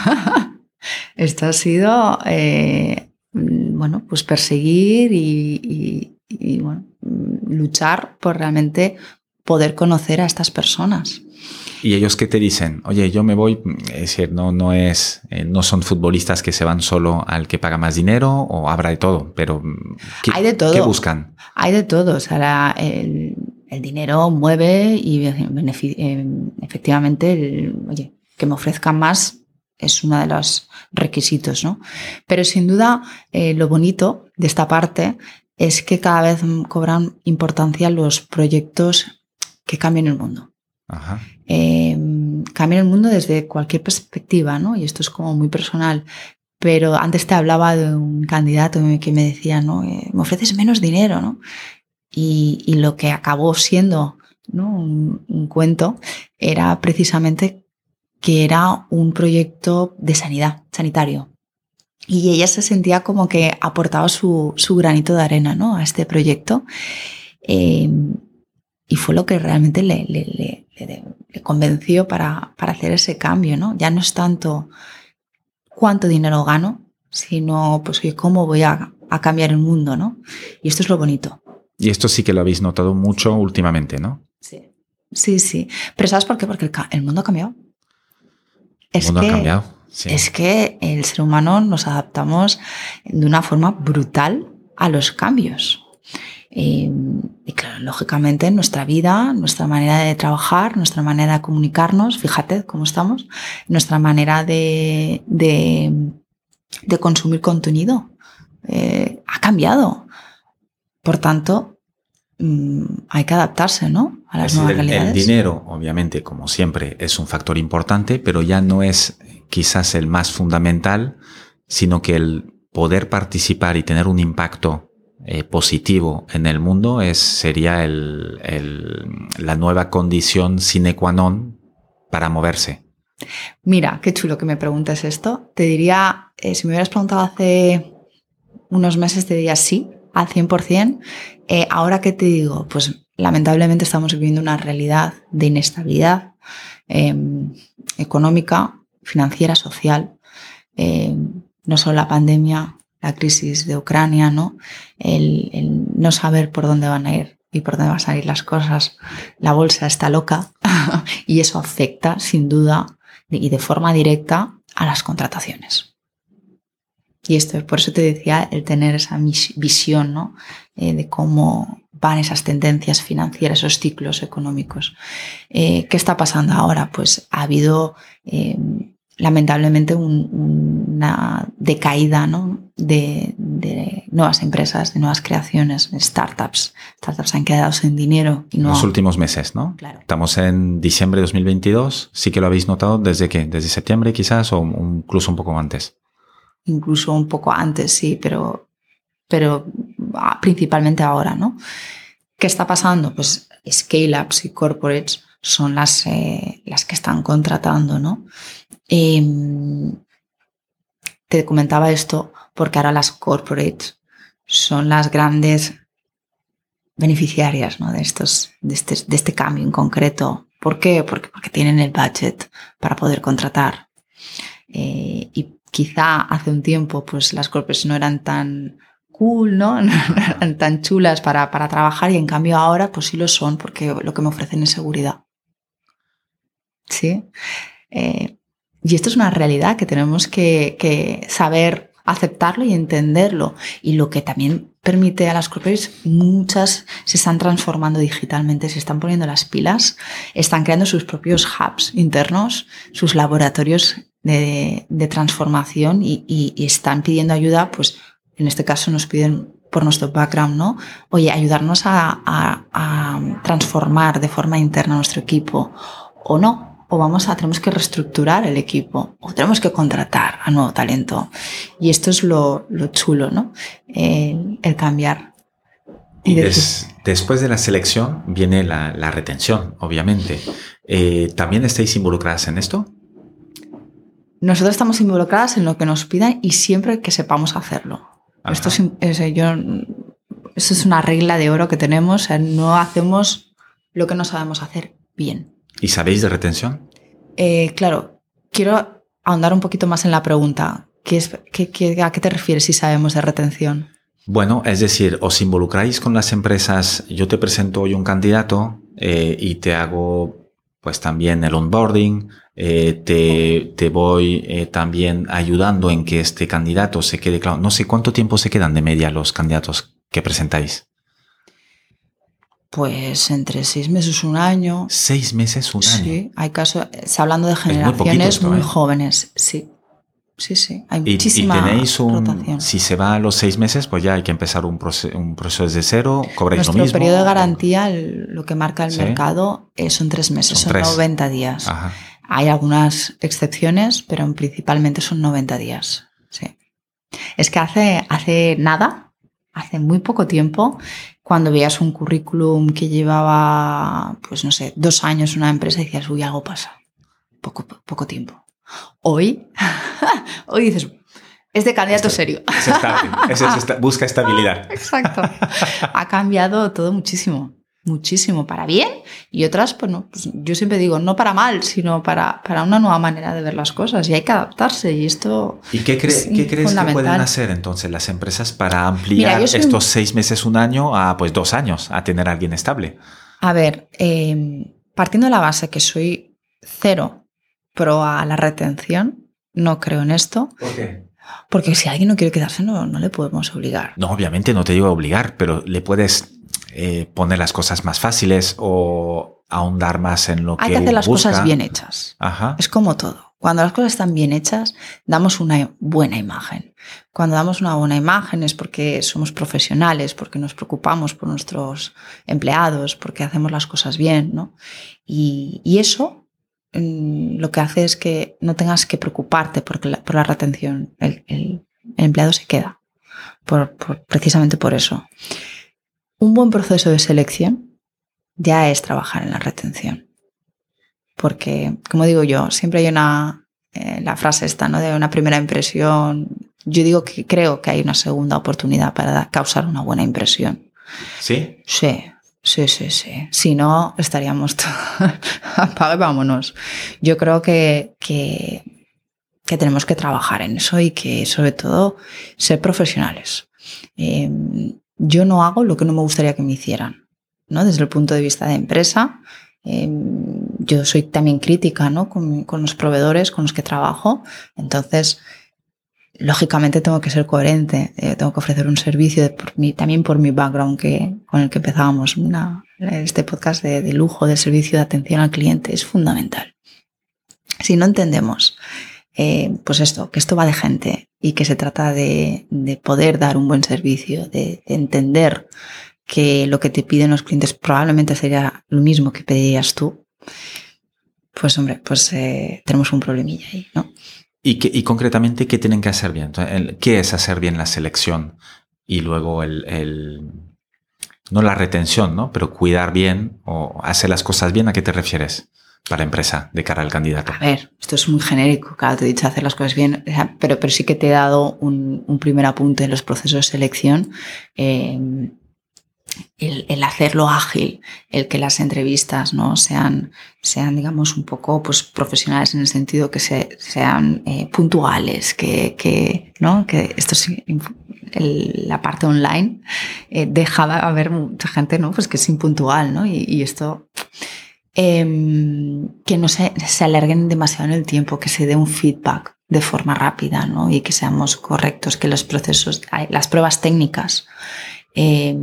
esto ha sido, eh, bueno, pues perseguir y, y, y bueno, luchar por realmente poder conocer a estas personas. ¿Y ellos qué te dicen? Oye, yo me voy, es decir, no, no, es, eh, no son futbolistas que se van solo al que paga más dinero, o habrá de todo, pero ¿qué, hay de todo. ¿qué buscan? Hay de todo, o sea, la, el, el dinero mueve y eh, efectivamente, el, oye, que me ofrezcan más es uno de los requisitos, ¿no? Pero sin duda eh, lo bonito de esta parte es que cada vez cobran importancia los proyectos que cambian el mundo. Ajá. Eh, cambian el mundo desde cualquier perspectiva, ¿no? Y esto es como muy personal. Pero antes te hablaba de un candidato que me decía, ¿no? Eh, me ofreces menos dinero, ¿no? Y, y lo que acabó siendo, ¿no? un, un cuento era precisamente que era un proyecto de sanidad, sanitario. Y ella se sentía como que aportaba su, su granito de arena, ¿no? a este proyecto. Eh, y fue lo que realmente le, le, le, le, le convenció para, para hacer ese cambio, ¿no? Ya no es tanto cuánto dinero gano, sino pues oye, cómo voy a, a cambiar el mundo, ¿no? Y esto es lo bonito. Y esto sí que lo habéis notado mucho últimamente, ¿no? Sí, sí, sí. Pero ¿sabes por qué? Porque el, el mundo ha cambiado. El mundo es que, ha cambiado. Sí. Es que el ser humano nos adaptamos de una forma brutal a los cambios. Eh, y claro, lógicamente nuestra vida, nuestra manera de trabajar, nuestra manera de comunicarnos, fíjate cómo estamos, nuestra manera de, de, de consumir contenido eh, ha cambiado. Por tanto, mmm, hay que adaptarse, ¿no? a las es nuevas el, realidades. El dinero, obviamente, como siempre, es un factor importante, pero ya no es quizás el más fundamental, sino que el poder participar y tener un impacto Eh, positivo en el mundo es, sería el, el, la nueva condición sine qua non para moverse. Mira, qué chulo que me preguntes esto. Te diría, eh, si me hubieras preguntado hace unos meses, te diría sí, al cien por ciento. Eh, ahora, ¿qué te digo? Pues lamentablemente estamos viviendo una realidad de inestabilidad eh, económica, financiera, social. Eh, no solo la pandemia, la crisis de Ucrania, ¿no? El, el no saber por dónde van a ir y por dónde van a salir las cosas. La bolsa está loca y eso afecta, sin duda, y de forma directa, a las contrataciones. Y esto, por eso te decía, el tener esa visión, ¿no? eh, de cómo van esas tendencias financieras, esos ciclos económicos. Eh, ¿Qué está pasando ahora? Pues ha habido... Eh, lamentablemente un, una decaída, ¿no? de, de nuevas empresas, de nuevas creaciones, de startups. Startups han quedado sin dinero. Y no... Los últimos meses, ¿no? Claro. Estamos en diciembre de dos mil veintidós. ¿Sí que lo habéis notado desde qué? ¿Desde septiembre quizás o incluso un poco antes? Incluso un poco antes, sí, pero, pero principalmente ahora, ¿no? ¿Qué está pasando? Pues scale-ups y corporates son las, eh, las que están contratando, ¿no? Eh, te comentaba esto porque ahora las corporates son las grandes beneficiarias, ¿no? de, estos, de, este, de este cambio en concreto. ¿Por qué? Porque, porque tienen el budget para poder contratar. Eh, y quizá hace un tiempo pues, las corporates no eran tan cool, ¿no? Tan chulas para, para trabajar, y en cambio ahora pues sí lo son, porque lo que me ofrecen es seguridad. ¿Sí? Eh, y esto es una realidad que tenemos que, que saber aceptarlo y entenderlo. Y lo que también permite a las corporaciones, muchas se están transformando digitalmente, se están poniendo las pilas, están creando sus propios hubs internos, sus laboratorios de, de transformación y, y, y están pidiendo ayuda, pues en este caso nos piden por nuestro background, ¿no? Oye, ayudarnos a, a, a transformar de forma interna nuestro equipo, o no. O vamos a, tenemos que reestructurar el equipo, o tenemos que contratar a nuevo talento. Y esto es lo, lo chulo, ¿no? El, el cambiar. Y des, después de la selección viene la, la retención, obviamente. Eh, ¿También estáis involucradas en esto? Nosotros estamos involucradas en lo que nos pidan y siempre que sepamos hacerlo. Esto es, es, yo, esto es una regla de oro que tenemos. O sea, no hacemos lo que no sabemos hacer bien. ¿Y sabéis de retención? Eh, claro, quiero ahondar un poquito más en la pregunta. ¿Qué es, qué, qué, ¿A qué te refieres si sabemos de retención? Bueno, es decir, os involucráis con las empresas. Yo te presento hoy un candidato eh, y te hago pues también el onboarding. Eh, te, te voy eh, también ayudando en que este candidato se quede claro. No sé cuánto tiempo se quedan de media los candidatos que presentáis. Pues entre seis meses, un año. Seis meses, un año. Sí, hay casos, está hablando de generaciones muy, esto, muy ¿eh? jóvenes, sí. Sí, sí, hay y, muchísima y tenéis un, rotación. Si se va a los seis meses, pues ya hay que empezar un proceso, un proceso desde cero, cobráis lo mismo. Nuestro periodo de garantía, lo que marca el ¿Sí? mercado, son tres meses, son, son tres. noventa días. Ajá. Hay algunas excepciones, pero principalmente son noventa días. Sí. Es que hace, hace nada, hace muy poco tiempo, cuando veías un currículum que llevaba, pues no sé, dos años en una empresa, decías, uy, algo pasa. Poco, poco tiempo. Hoy, hoy dices, es de candidato Esto, serio. Es estable, es, es esta, busca estabilidad. Exacto. Ha cambiado todo muchísimo, muchísimo para bien, y otras, pues, no, pues yo siempre digo, no para mal, sino para, para una nueva manera de ver las cosas, y hay que adaptarse, y esto ¿Y qué, cre es ¿qué crees que pueden hacer entonces las empresas para ampliar Mira, estos un... seis meses, un año a pues dos años, a tener a alguien estable? A ver, eh, partiendo de la base que soy cero pro a la retención, no creo en esto. ¿Por qué? Porque si alguien no quiere quedarse, no, no le podemos obligar. No, obviamente no te digo obligar, pero le puedes eh, poner las cosas más fáciles o ahondar más en lo que Hay que hacer las busca. cosas bien hechas. Ajá. Es como todo. Cuando las cosas están bien hechas, damos una buena imagen. Cuando damos una buena imagen es porque somos profesionales, porque nos preocupamos por nuestros empleados, porque hacemos las cosas bien, ¿no? Y, y eso lo que hace es que no tengas que preocuparte por la, por la retención. El, el, el empleado se queda, por, por, precisamente por eso. Un buen proceso de selección ya es trabajar en la retención. Porque, como digo yo, siempre hay una, eh, la frase esta, ¿no? De una primera impresión. Yo digo que creo que hay una segunda oportunidad para causar una buena impresión. ¿Sí? Sí. Sí, sí, sí. Si no, estaríamos todos... Apaga y vámonos. Yo creo que, que, que tenemos que trabajar en eso y que, sobre todo, ser profesionales. Eh, yo no hago lo que no me gustaría que me hicieran, ¿no? Desde el punto de vista de empresa. Eh, yo soy también crítica, ¿no? Con, con los proveedores con los que trabajo. Entonces, lógicamente tengo que ser coherente, eh, tengo que ofrecer un servicio de, por mi, también por mi background que, con el que empezábamos una, este podcast de, de lujo, de servicio de atención al cliente, es fundamental. Si no entendemos eh, pues esto, que esto va de gente y que se trata de, de poder dar un buen servicio, de, de entender que lo que te piden los clientes probablemente sería lo mismo que pedirías tú, pues hombre, pues eh, tenemos un problemilla ahí, ¿no? ¿Y, qué, y concretamente qué tienen que hacer bien? ¿Qué es hacer bien la selección? Y luego el, el no la retención, ¿no? Pero cuidar bien o hacer las cosas bien, ¿a qué te refieres para la empresa de cara al candidato? A ver, esto es muy genérico, claro, te he dicho hacer las cosas bien, pero, pero sí que te he dado un, un primer apunte en los procesos de selección. Eh, El, el hacerlo ágil, el que las entrevistas, ¿no? sean, sean, digamos, un poco pues, profesionales en el sentido que se, sean eh, puntuales, que, que, ¿no? que esto es el, la parte online, eh, deja de haber mucha gente, ¿no? Pues que es impuntual, ¿no? Y, y esto, eh, que no se, se alarguen demasiado en el tiempo, que se dé un feedback de forma rápida, ¿no? Y que seamos correctos, que los procesos, las pruebas técnicas eh,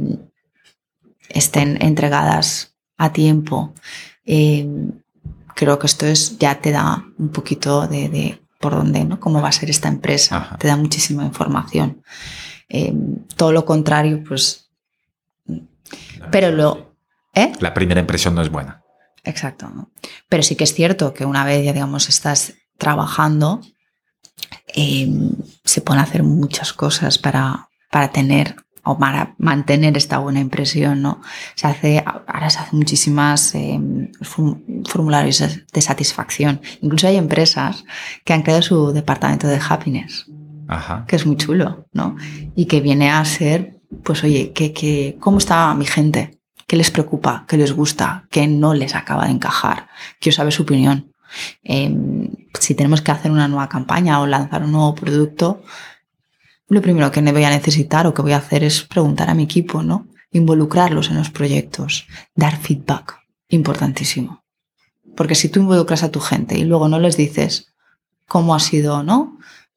estén entregadas a tiempo. Eh, creo que esto es, ya te da un poquito de, de por dónde, ¿no? Cómo va a ser esta empresa. Ajá. Te da muchísima información. Eh, todo lo contrario, pues... Pero lo... ¿eh? La primera impresión no es buena. Exacto, ¿no? Pero sí que es cierto que una vez ya, digamos, estás trabajando, eh, se pueden hacer muchas cosas para, para tener o para mantener esta buena impresión, ¿no? Se hace, ahora se hacen muchísimas eh, formularios de satisfacción. Incluso hay empresas que han creado su departamento de happiness, Ajá. que es muy chulo, ¿no? Y que viene a ser, pues oye, que, que, ¿cómo está mi gente? ¿Qué les preocupa? ¿Qué les gusta? ¿Qué no les acaba de encajar? Quiero saber su opinión. Eh, si tenemos que hacer una nueva campaña o lanzar un nuevo producto, lo primero que voy a necesitar o que voy a hacer es preguntar a mi equipo, ¿no? Involucrarlos en los proyectos, dar feedback, importantísimo. Porque si tú involucras a tu gente y luego no les dices cómo ha sido, ¿no?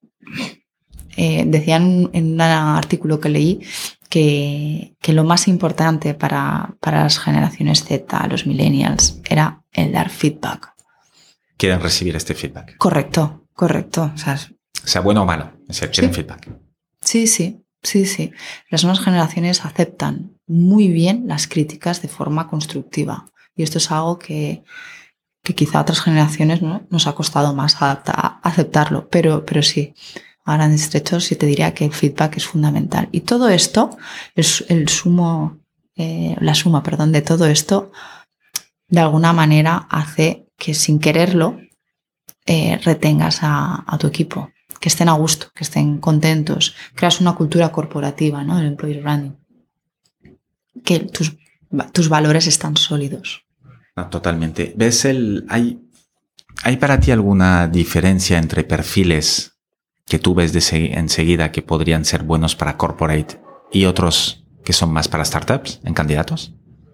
Eh, decían en un artículo que leí que, que lo más importante para, para las generaciones Z, los millennials, era el dar feedback. Quieren recibir este feedback. Correcto, correcto. O sea, sea bueno o malo, o sea, quieren sí. feedback. Sí, sí, sí, sí. Las nuevas generaciones aceptan muy bien las críticas de forma constructiva. Y esto es algo que, que quizá a otras generaciones, ¿no? Nos ha costado más adaptar, aceptarlo. Pero, pero sí, a grandes trechos sí te diría que el feedback es fundamental. Y todo esto, el, el sumo, eh, la suma, perdón, de todo esto, de alguna manera hace que sin quererlo eh, retengas a, a tu equipo. Que estén a gusto, que estén contentos. Creas una cultura corporativa, ¿no? El employee branding. Que tus, tus valores están sólidos. No, totalmente. ¿Ves el... Hay, ¿Hay para ti alguna diferencia entre perfiles que tú ves de se, enseguida que podrían ser buenos para corporate y otros que son más para startups en candidatos?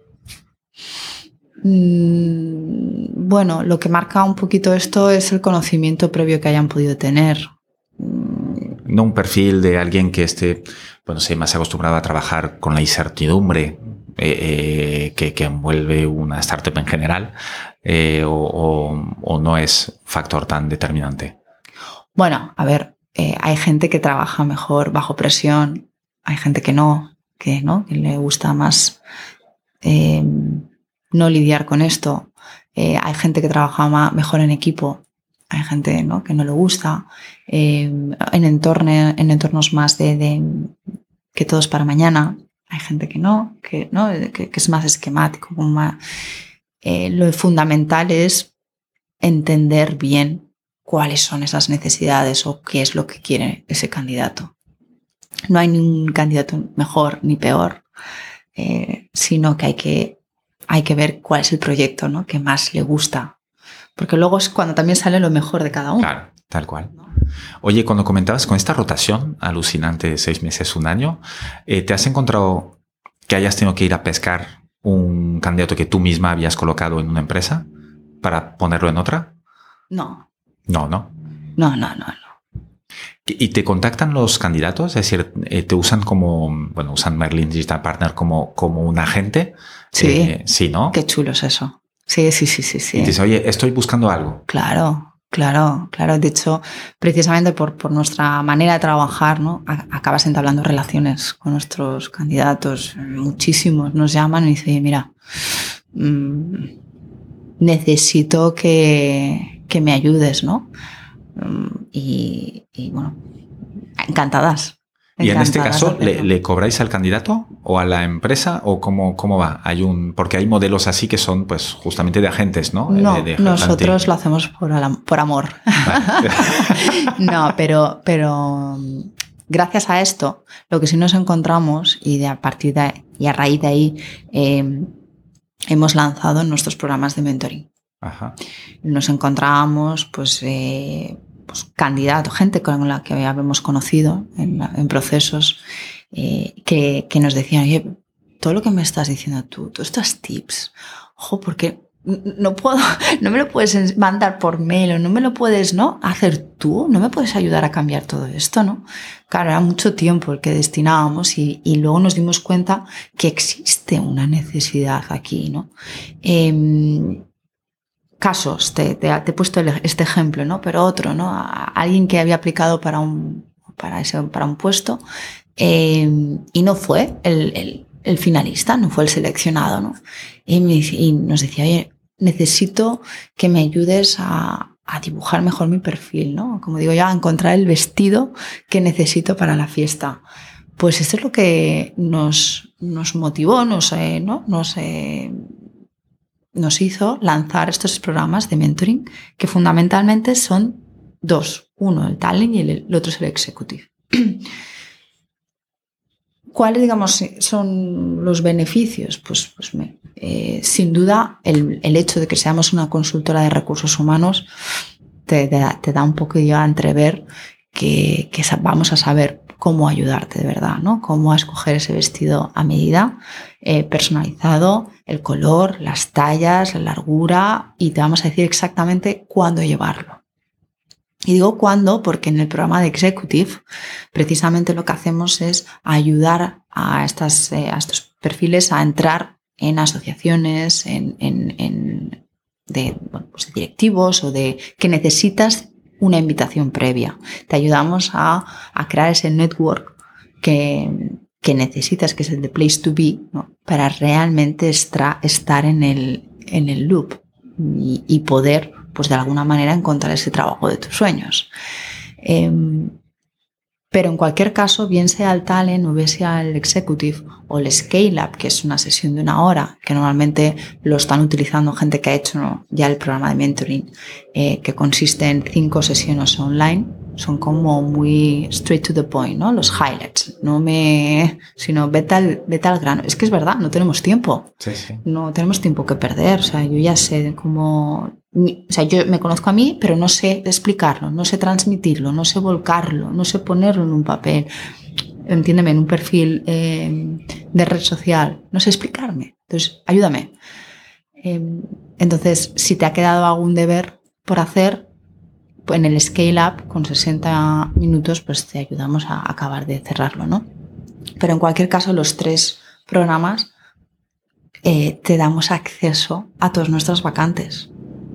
Mm, bueno, lo que marca un poquito esto es el conocimiento previo que hayan podido tener. No un perfil de alguien que esté, bueno, sé, más acostumbrado a trabajar con la incertidumbre eh, eh, que, que envuelve una startup en general, eh, o, o, o no es factor tan determinante. Bueno, a ver, eh, hay gente que trabaja mejor bajo presión, hay gente que no, que no, que le gusta más eh, no lidiar con esto. Eh, hay gente que trabaja más, mejor en equipo. Hay gente, ¿no? Que no le gusta, eh, en, entorno, en entornos más de, de que todo es para mañana. Hay gente que no, que, ¿no? que, que es más esquemático. Como más, eh, lo fundamental es entender bien cuáles son esas necesidades o qué es lo que quiere ese candidato. No hay ningún candidato mejor ni peor, eh, sino que hay, que hay que ver cuál es el proyecto, ¿no? que más le gusta. Porque luego es cuando también sale lo mejor de cada uno. Claro, tal cual. Oye, cuando comentabas con esta rotación alucinante de seis meses, un año, eh, ¿te has encontrado que hayas tenido que ir a pescar un candidato que tú misma habías colocado en una empresa para ponerlo en otra? No. No, no. No, no, no, no. ¿Y te contactan los candidatos? Es decir, eh, ¿te usan como, bueno, usan Merlin Digital Partner como, como un agente? Sí. Eh, sí, ¿no? Qué chulo es eso. Sí, sí, sí, sí, sí. Y dices, oye, estoy buscando algo. Claro, claro, claro. De hecho, precisamente por, por nuestra manera de trabajar, ¿no? Acabas entablando relaciones con nuestros candidatos. Muchísimos nos llaman y dicen, mira, mmm, necesito que, que me ayudes, ¿no? Y, y bueno, encantadas. ¿Y en este caso le, le cobráis al candidato o a la empresa o cómo, cómo va? Hay un, porque hay modelos así que son pues justamente de agentes, ¿no? No, de, de nosotros lo hacemos por, por amor. Vale. No, pero, pero gracias a esto, lo que sí nos encontramos y de a partir de y a raíz de ahí eh, hemos lanzado nuestros programas de mentoring. Ajá. Nos encontramos, pues. Eh, pues, candidatos, gente con la que habíamos conocido en, en procesos, eh, que, que nos decían, oye, todo lo que me estás diciendo tú, todos estos tips, ojo, porque no puedo, no me lo puedes mandar por mail o no me lo puedes, ¿no?, hacer tú, no me puedes ayudar a cambiar todo esto, ¿no? Claro, era mucho tiempo el que destinábamos y, y luego nos dimos cuenta que existe una necesidad aquí, ¿no? Eh, casos, te, te, te he puesto este ejemplo, ¿no?, pero otro, ¿no? A alguien que había aplicado para un, para ese, para un puesto eh, y no fue el, el el finalista, no fue el seleccionado, ¿no? Y, me, y nos decía, oye, necesito que me ayudes a, a dibujar mejor mi perfil, ¿no? Como digo yo, a encontrar el vestido que necesito para la fiesta. Pues esto es lo que nos, nos motivó, nos, eh, ¿no? nos, eh, nos hizo lanzar estos programas de mentoring, que fundamentalmente son dos. Uno, el talent, y el, el otro es el executive. ¿Cuáles, digamos, son los beneficios? Pues, pues eh, sin duda, el, el hecho de que seamos una consultora de recursos humanos te, te, te da un poco ya a entrever que, que vamos a saber cómo ayudarte de verdad, ¿no? Cómo escoger ese vestido a medida, eh, personalizado, el color, las tallas, la largura, y te vamos a decir exactamente cuándo llevarlo. Y digo cuándo porque en el programa de Executive precisamente lo que hacemos es ayudar a, estas, eh, a estos perfiles a entrar en asociaciones, en, en, en de, bueno, pues de directivos o de que necesitas una invitación previa. Te ayudamos a, a crear ese network que, que necesitas, que es el de Place to Be, ¿no?, para realmente estra, estar en el, en el loop y, y poder, pues de alguna manera, encontrar ese trabajo de tus sueños. Eh, pero en cualquier caso, bien sea el talent o bien sea el executive o el scale up, que es una sesión de una hora, que normalmente lo están utilizando gente que ha hecho, ¿no?, ya el programa de mentoring, eh, que consiste en cinco sesiones online, son como muy straight to the point, ¿no? Los highlights, no me, sino vete al, vete al grano. Es que es verdad, no tenemos tiempo. Sí, sí. No tenemos tiempo que perder. O sea, yo ya sé cómo, o sea, yo me conozco a mí, pero no sé explicarlo, no sé transmitirlo, no sé volcarlo, no sé ponerlo en un papel, entiéndeme, en un perfil eh, de red social, no sé explicarme. Entonces, ayúdame. Eh, entonces, si te ha quedado algún deber por hacer, en el Scale Up, con sesenta minutos, pues te ayudamos a acabar de cerrarlo, ¿no? Pero en cualquier caso, los tres programas eh, te damos acceso a todas nuestras vacantes.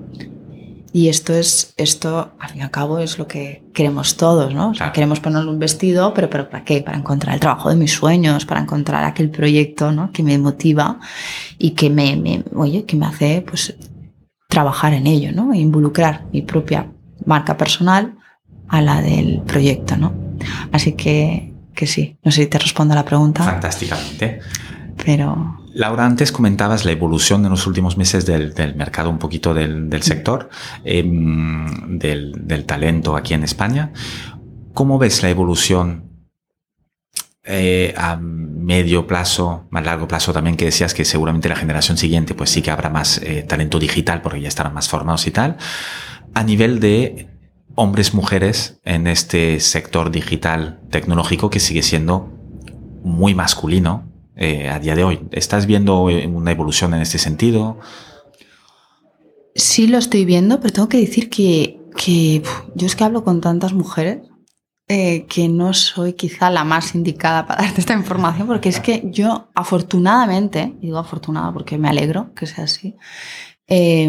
Y esto es, esto al fin y al cabo es lo que queremos todos, ¿no? O sea, queremos ponerle un vestido, pero, pero ¿para qué? Para encontrar el trabajo de mis sueños, para encontrar aquel proyecto, ¿no?, que me motiva y que me, me, oye, que me hace, pues, trabajar en ello, ¿no? E involucrar mi propia marca personal a la del proyecto, ¿no? Así que, que sí, no sé si te respondo a la pregunta. Fantásticamente. Pero... Laura, antes comentabas la evolución en los últimos meses del, del mercado, un poquito del, del sector, eh, del, del talento aquí en España. ¿Cómo ves la evolución eh, a medio plazo, más largo plazo también, que decías que seguramente la generación siguiente pues sí que habrá más eh, talento digital porque ya estarán más formados y tal, a nivel de hombres, mujeres en este sector digital tecnológico que sigue siendo muy masculino eh, a día de hoy? ¿Estás viendo una evolución en este sentido? Sí, lo estoy viendo, pero tengo que decir que, que uf, yo es que hablo con tantas mujeres eh, que no soy quizá la más indicada para darte esta información, porque es que yo afortunadamente, digo afortunada porque me alegro que sea así, eh,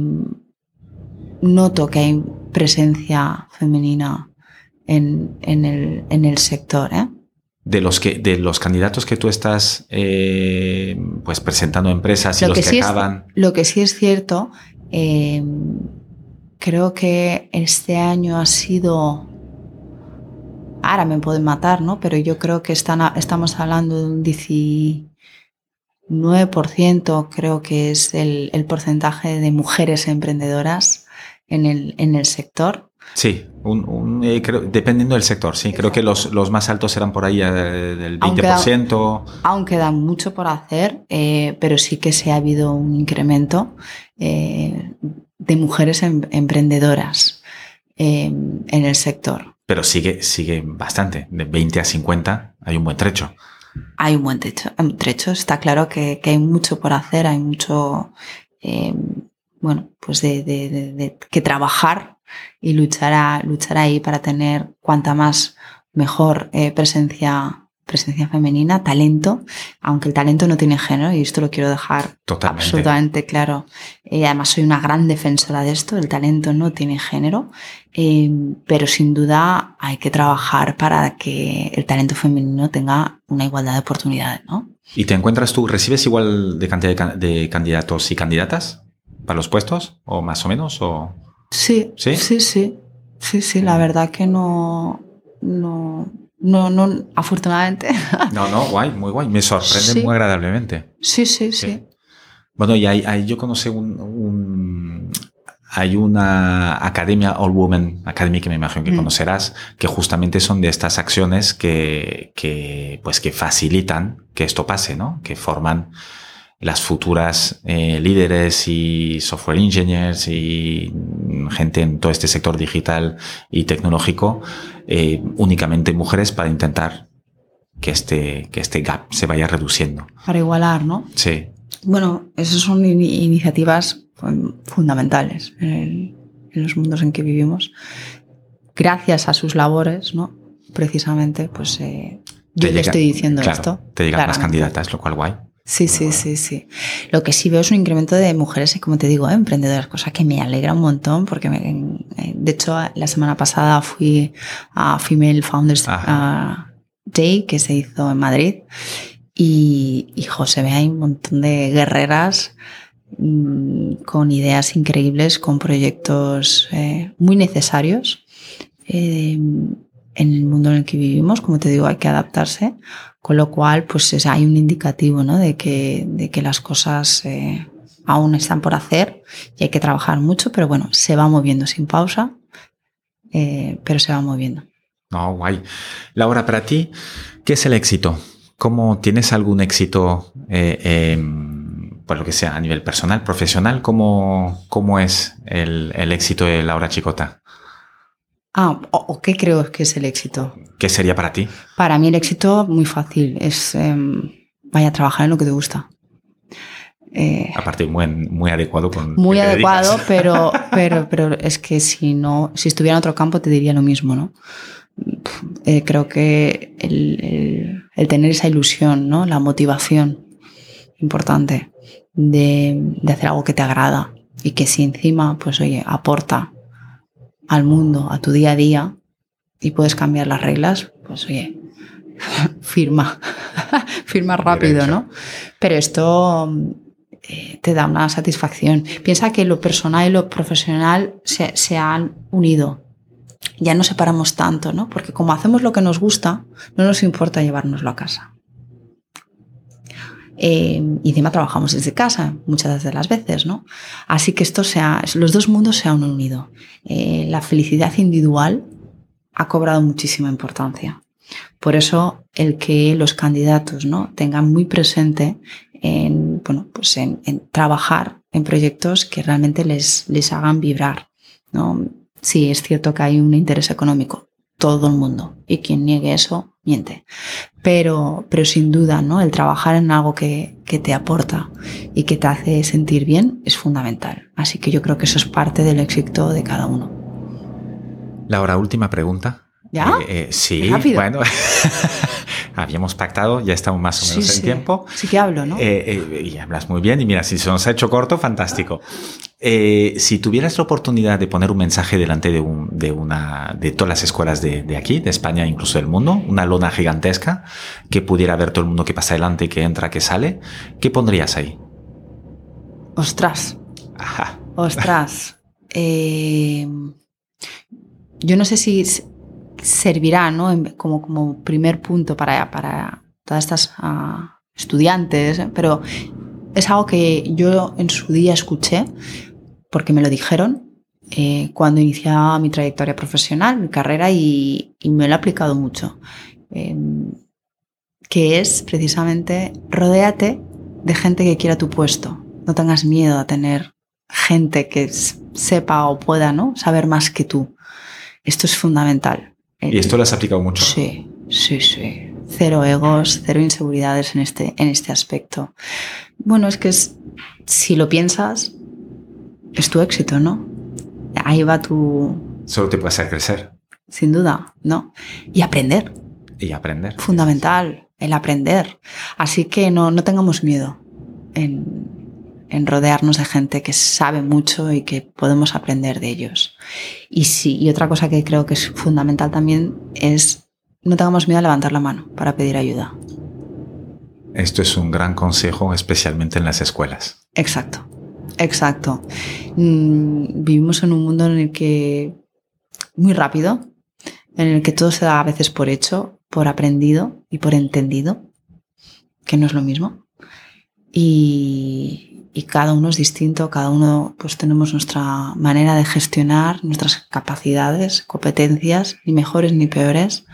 noto que hay presencia femenina en, en, el, en el sector, ¿eh? De los que de los candidatos que tú estás eh, pues presentando a empresas y lo los que, que sí acaban... Es, lo que sí es cierto, eh, creo que este año ha sido... Ahora me pueden matar, ¿no? Pero yo creo que están, estamos hablando de un diecinueve por ciento, creo que es el, el porcentaje de mujeres emprendedoras en el, en el sector. Sí, un, un, eh, creo, dependiendo del sector, sí. Exacto. Creo que los, los más altos eran por ahí eh, del veinte por ciento. Aún queda, aún queda mucho por hacer, eh, pero sí que se ha habido un incremento eh, de mujeres em, emprendedoras. eh, en el sector. Pero sigue, sigue bastante, de veinte a cincuenta hay un buen trecho. Hay un buen trecho, un trecho. Está claro que, que hay mucho por hacer, hay mucho, eh, bueno, pues de, de, de, de que trabajar y luchar, a, luchar ahí para tener cuanta más mejor eh, presencia presencia femenina, talento, aunque el talento no tiene género, y esto lo quiero dejar Totalmente. absolutamente claro. Eh, además soy una gran defensora de esto, el talento no tiene género, eh, pero sin duda hay que trabajar para que el talento femenino tenga una igualdad de oportunidades, ¿no? ¿Y te encuentras tú, recibes igual de cantidad de, de candidatos y candidatas para los puestos, o más o menos? O... Sí, sí, sí, sí, sí, sí, la verdad que no... no No, no, afortunadamente. No, no, guay, muy guay. Me sorprende sí. muy agradablemente. Sí, sí, sí. sí. Bueno, y ahí, ahí yo conocí un, un... Hay una academia, All Women Academy, que me imagino que mm. conocerás, que justamente son de estas acciones que, que, pues que facilitan que esto pase, ¿no? Que forman las futuras eh, líderes y software engineers y gente en todo este sector digital y tecnológico, eh, únicamente mujeres, para intentar que este, que este gap se vaya reduciendo. Para igualar, ¿no? Sí. Bueno, esas son in- iniciativas fundamentales en, el, en los mundos en que vivimos. Gracias a sus labores, ¿no? Precisamente, pues eh, yo llega, le estoy diciendo claro, esto. Te llegan más candidatas, lo cual guay. Sí, sí, sí, sí. Lo que sí veo es un incremento de mujeres, como te digo, ¿eh? emprendedoras, cosa que me alegra un montón, porque me, de hecho la semana pasada fui a Female Founders uh, Day, que se hizo en Madrid, y, y José, ve, hay un montón de guerreras mmm, con ideas increíbles, con proyectos eh, muy necesarios. Eh, en el mundo en el que vivimos, como te digo, hay que adaptarse, con lo cual pues es, hay un indicativo, ¿no? de, que, de que las cosas eh, aún están por hacer y hay que trabajar mucho, pero bueno, se va moviendo sin pausa, eh, pero se va moviendo. No, guay. Laura, para ti, ¿qué es el éxito? ¿Cómo tienes algún éxito, eh, eh, por lo que sea, a nivel personal, profesional? ¿Cómo, cómo es el, el éxito de Laura Chicota? Ah, o, o qué creo que es el éxito. ¿Qué sería para ti? Para mí el éxito, muy fácil, es eh, vaya a trabajar en lo que te gusta. Eh, Aparte, muy, muy adecuado con Muy adecuado, pero, pero, pero es que si no, si estuviera en otro campo te diría lo mismo, ¿no? Eh, creo que el, el, el tener esa ilusión, ¿no? La motivación importante de, de hacer algo que te agrada y que si encima, pues oye, aporta al mundo, a tu día a día y puedes cambiar las reglas, pues oye, firma, firma rápido, ¿no? Pero esto eh, te da una satisfacción. Piensa que lo personal y lo profesional se, se han unido. Ya no separamos tanto, ¿no? Porque como hacemos lo que nos gusta, no nos importa llevárnoslo a casa. Eh, y encima trabajamos desde casa muchas de las veces, ¿no? Así que esto se ha, los dos mundos se han unido. Eh, la felicidad individual ha cobrado muchísima importancia. Por eso el que los candidatos, ¿no? tengan muy presente en, bueno, pues en, en trabajar en proyectos que realmente les, les hagan vibrar, ¿no? Sí, es cierto que hay un interés económico, todo el mundo, y quien niegue eso miente. Pero, pero sin duda, ¿no? El trabajar en algo que, que te aporta y que te hace sentir bien es fundamental. Así que yo creo que eso es parte del éxito de cada uno. Laura, última pregunta. ¿Ya? Eh, eh, sí, rápido. Bueno, habíamos pactado, ya estamos más o menos sí, en sí. tiempo. Sí que hablo, ¿no? Eh, eh, y hablas muy bien y mira, si se nos ha hecho corto, fantástico. Eh, si tuvieras la oportunidad de poner un mensaje delante de, un, de, una, de todas las escuelas de, de aquí, de España, incluso del mundo, una lona gigantesca que pudiera ver todo el mundo que pasa adelante, que entra, que sale, ¿qué pondrías ahí? Ostras. Ajá. Ostras. eh, yo no sé si servirá, ¿no? como, como primer punto para, para todas estas uh, estudiantes, ¿eh? Pero es algo que yo en su día escuché porque me lo dijeron eh, cuando iniciaba mi trayectoria profesional, mi carrera, y, y me lo he aplicado mucho, eh, que es precisamente rodéate de gente que quiera tu puesto. No tengas miedo a tener gente que sepa o pueda, ¿no? saber más que tú. Esto es fundamental. ¿Y esto lo has aplicado mucho? Sí, sí, sí. Cero egos, cero inseguridades en este, en este aspecto. Bueno, es que es, si lo piensas, es tu éxito, ¿no? Ahí va tu... Solo te puede hacer crecer. Sin duda, ¿no? Y aprender. Y aprender. Fundamental, el aprender. Así que no, no tengamos miedo en, en rodearnos de gente que sabe mucho y que podemos aprender de ellos. Y sí, y otra cosa que creo que es fundamental también es no tengamos miedo a levantar la mano para pedir ayuda. Esto es un gran consejo, especialmente en las escuelas. Exacto, exacto. Mm, vivimos en un mundo en el que muy rápido, en el que todo se da a veces por hecho, por aprendido y por entendido, que no es lo mismo. Y, y cada uno es distinto, cada uno pues tenemos nuestra manera de gestionar nuestras capacidades, competencias, ni mejores ni peores.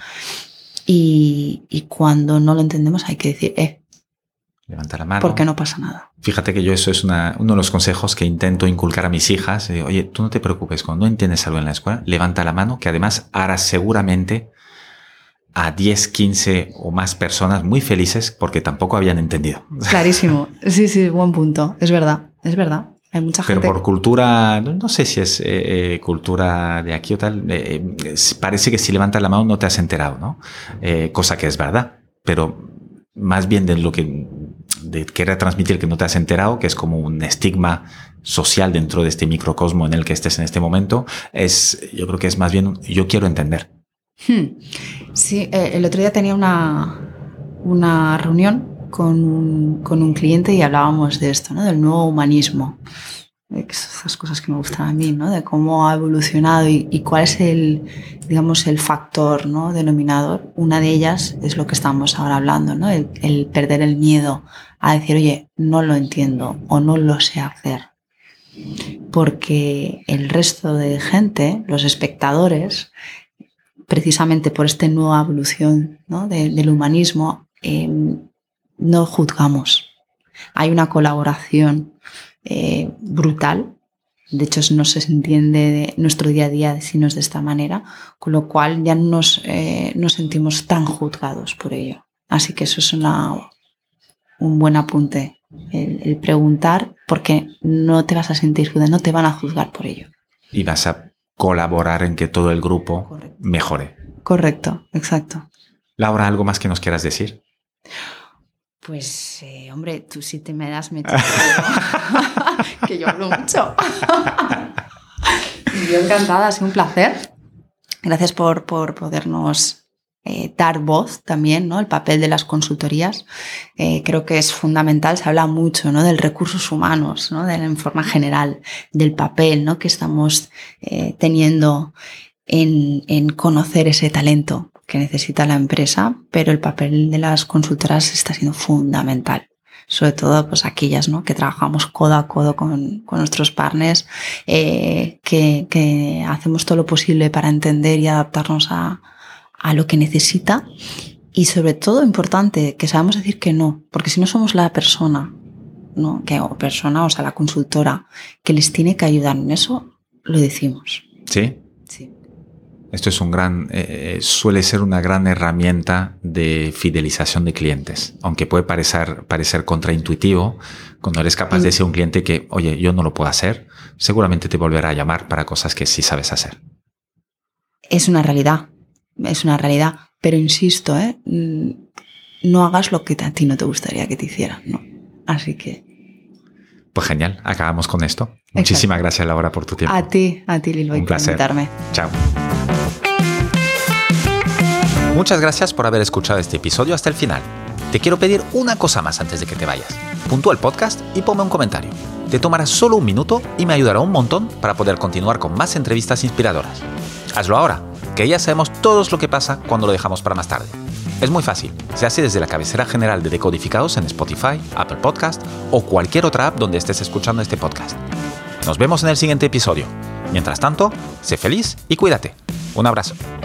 Y, y cuando no lo entendemos hay que decir, eh, levanta la mano. Porque no pasa nada. Fíjate que yo eso es una, uno de los consejos que intento inculcar a mis hijas. Digo, oye, tú no te preocupes, cuando no entiendes algo en la escuela, levanta la mano, que además hará seguramente a diez, quince o más personas muy felices porque tampoco habían entendido. Clarísimo. Sí, sí, buen punto. Es verdad, es verdad. Hay mucha Pero gente... por cultura, no sé si es eh, cultura de aquí o tal, eh, parece que si levantas la mano no te has enterado, ¿no? Eh, cosa que es verdad, pero más bien de lo que de querer transmitir que no te has enterado, que es como un estigma social dentro de este microcosmo en el que estés en este momento, es, yo creo que es más bien, yo quiero entender. Hmm. Sí, eh, el otro día tenía una, una reunión con un, con un cliente y hablábamos de esto, ¿no? Del nuevo humanismo. Esas cosas que me gustan a mí, ¿no? De cómo ha evolucionado y, y cuál es el, digamos, el factor, ¿no? Denominador. Una de ellas es lo que estamos ahora hablando, ¿no? El, el perder el miedo a decir, oye, no lo entiendo o no lo sé hacer. Porque el resto de gente, los espectadores, precisamente por esta nueva evolución, ¿no? de, del humanismo, eh, no juzgamos. Hay una colaboración eh, brutal. De hecho, no se entiende de nuestro día a día si no es de esta manera, con lo cual ya no nos, eh, nos sentimos tan juzgados por ello. Así que eso es una, un buen apunte, el, el preguntar, porque no te vas a sentir juzgado, no te van a juzgar por ello. Y vas a colaborar en que todo el grupo Correcto. Mejore. Correcto, exacto. Laura, ¿algo más que nos quieras decir? Pues, eh, hombre, tú sí te me das mecha. Que yo hablo mucho. Yo encantada, ha sido un placer. Gracias por, por podernos eh, dar voz también, ¿no? El papel de las consultorías. Eh, creo que es fundamental. Se habla mucho, ¿no? Del recursos humanos, ¿no? De la, en forma general, del papel, ¿no? Que estamos eh, teniendo en, en conocer ese talento que necesita la empresa, pero el papel de las consultoras está siendo fundamental. Sobre todo pues aquellas, ¿no? Que trabajamos codo a codo con, con nuestros partners, eh, que, que hacemos todo lo posible para entender y adaptarnos a, a lo que necesita. Y sobre todo, importante, que sabemos decir que no, porque si no somos la persona, ¿no? Que, o persona, o sea, la consultora, que les tiene que ayudar en eso, lo decimos. ¿Sí? Sí. Esto es un gran, eh, suele ser una gran herramienta de fidelización de clientes, aunque puede parecer, parecer contraintuitivo. Cuando eres capaz de decir a un cliente que, oye, yo no lo puedo hacer, seguramente te volverá a llamar para cosas que sí sabes hacer. Es una realidad, es una realidad, pero insisto, ¿eh? No hagas lo que a ti no te gustaría que te hicieran, ¿no? Así que... Pues genial, acabamos con esto. Exacto. Muchísimas gracias, Laura, por tu tiempo. A ti, a ti, Lilboy, por invitarme. Chao. Muchas gracias por haber escuchado este episodio hasta el final. Te quiero pedir una cosa más antes de que te vayas. Puntúa el podcast y ponme un comentario. Te tomará solo un minuto y me ayudará un montón para poder continuar con más entrevistas inspiradoras. Hazlo ahora, que ya sabemos todos lo que pasa cuando lo dejamos para más tarde. Es muy fácil, se hace desde la cabecera general de Decodificados en Spotify, Apple Podcast o cualquier otra app donde estés escuchando este podcast. Nos vemos en el siguiente episodio. Mientras tanto, sé feliz y cuídate. Un abrazo.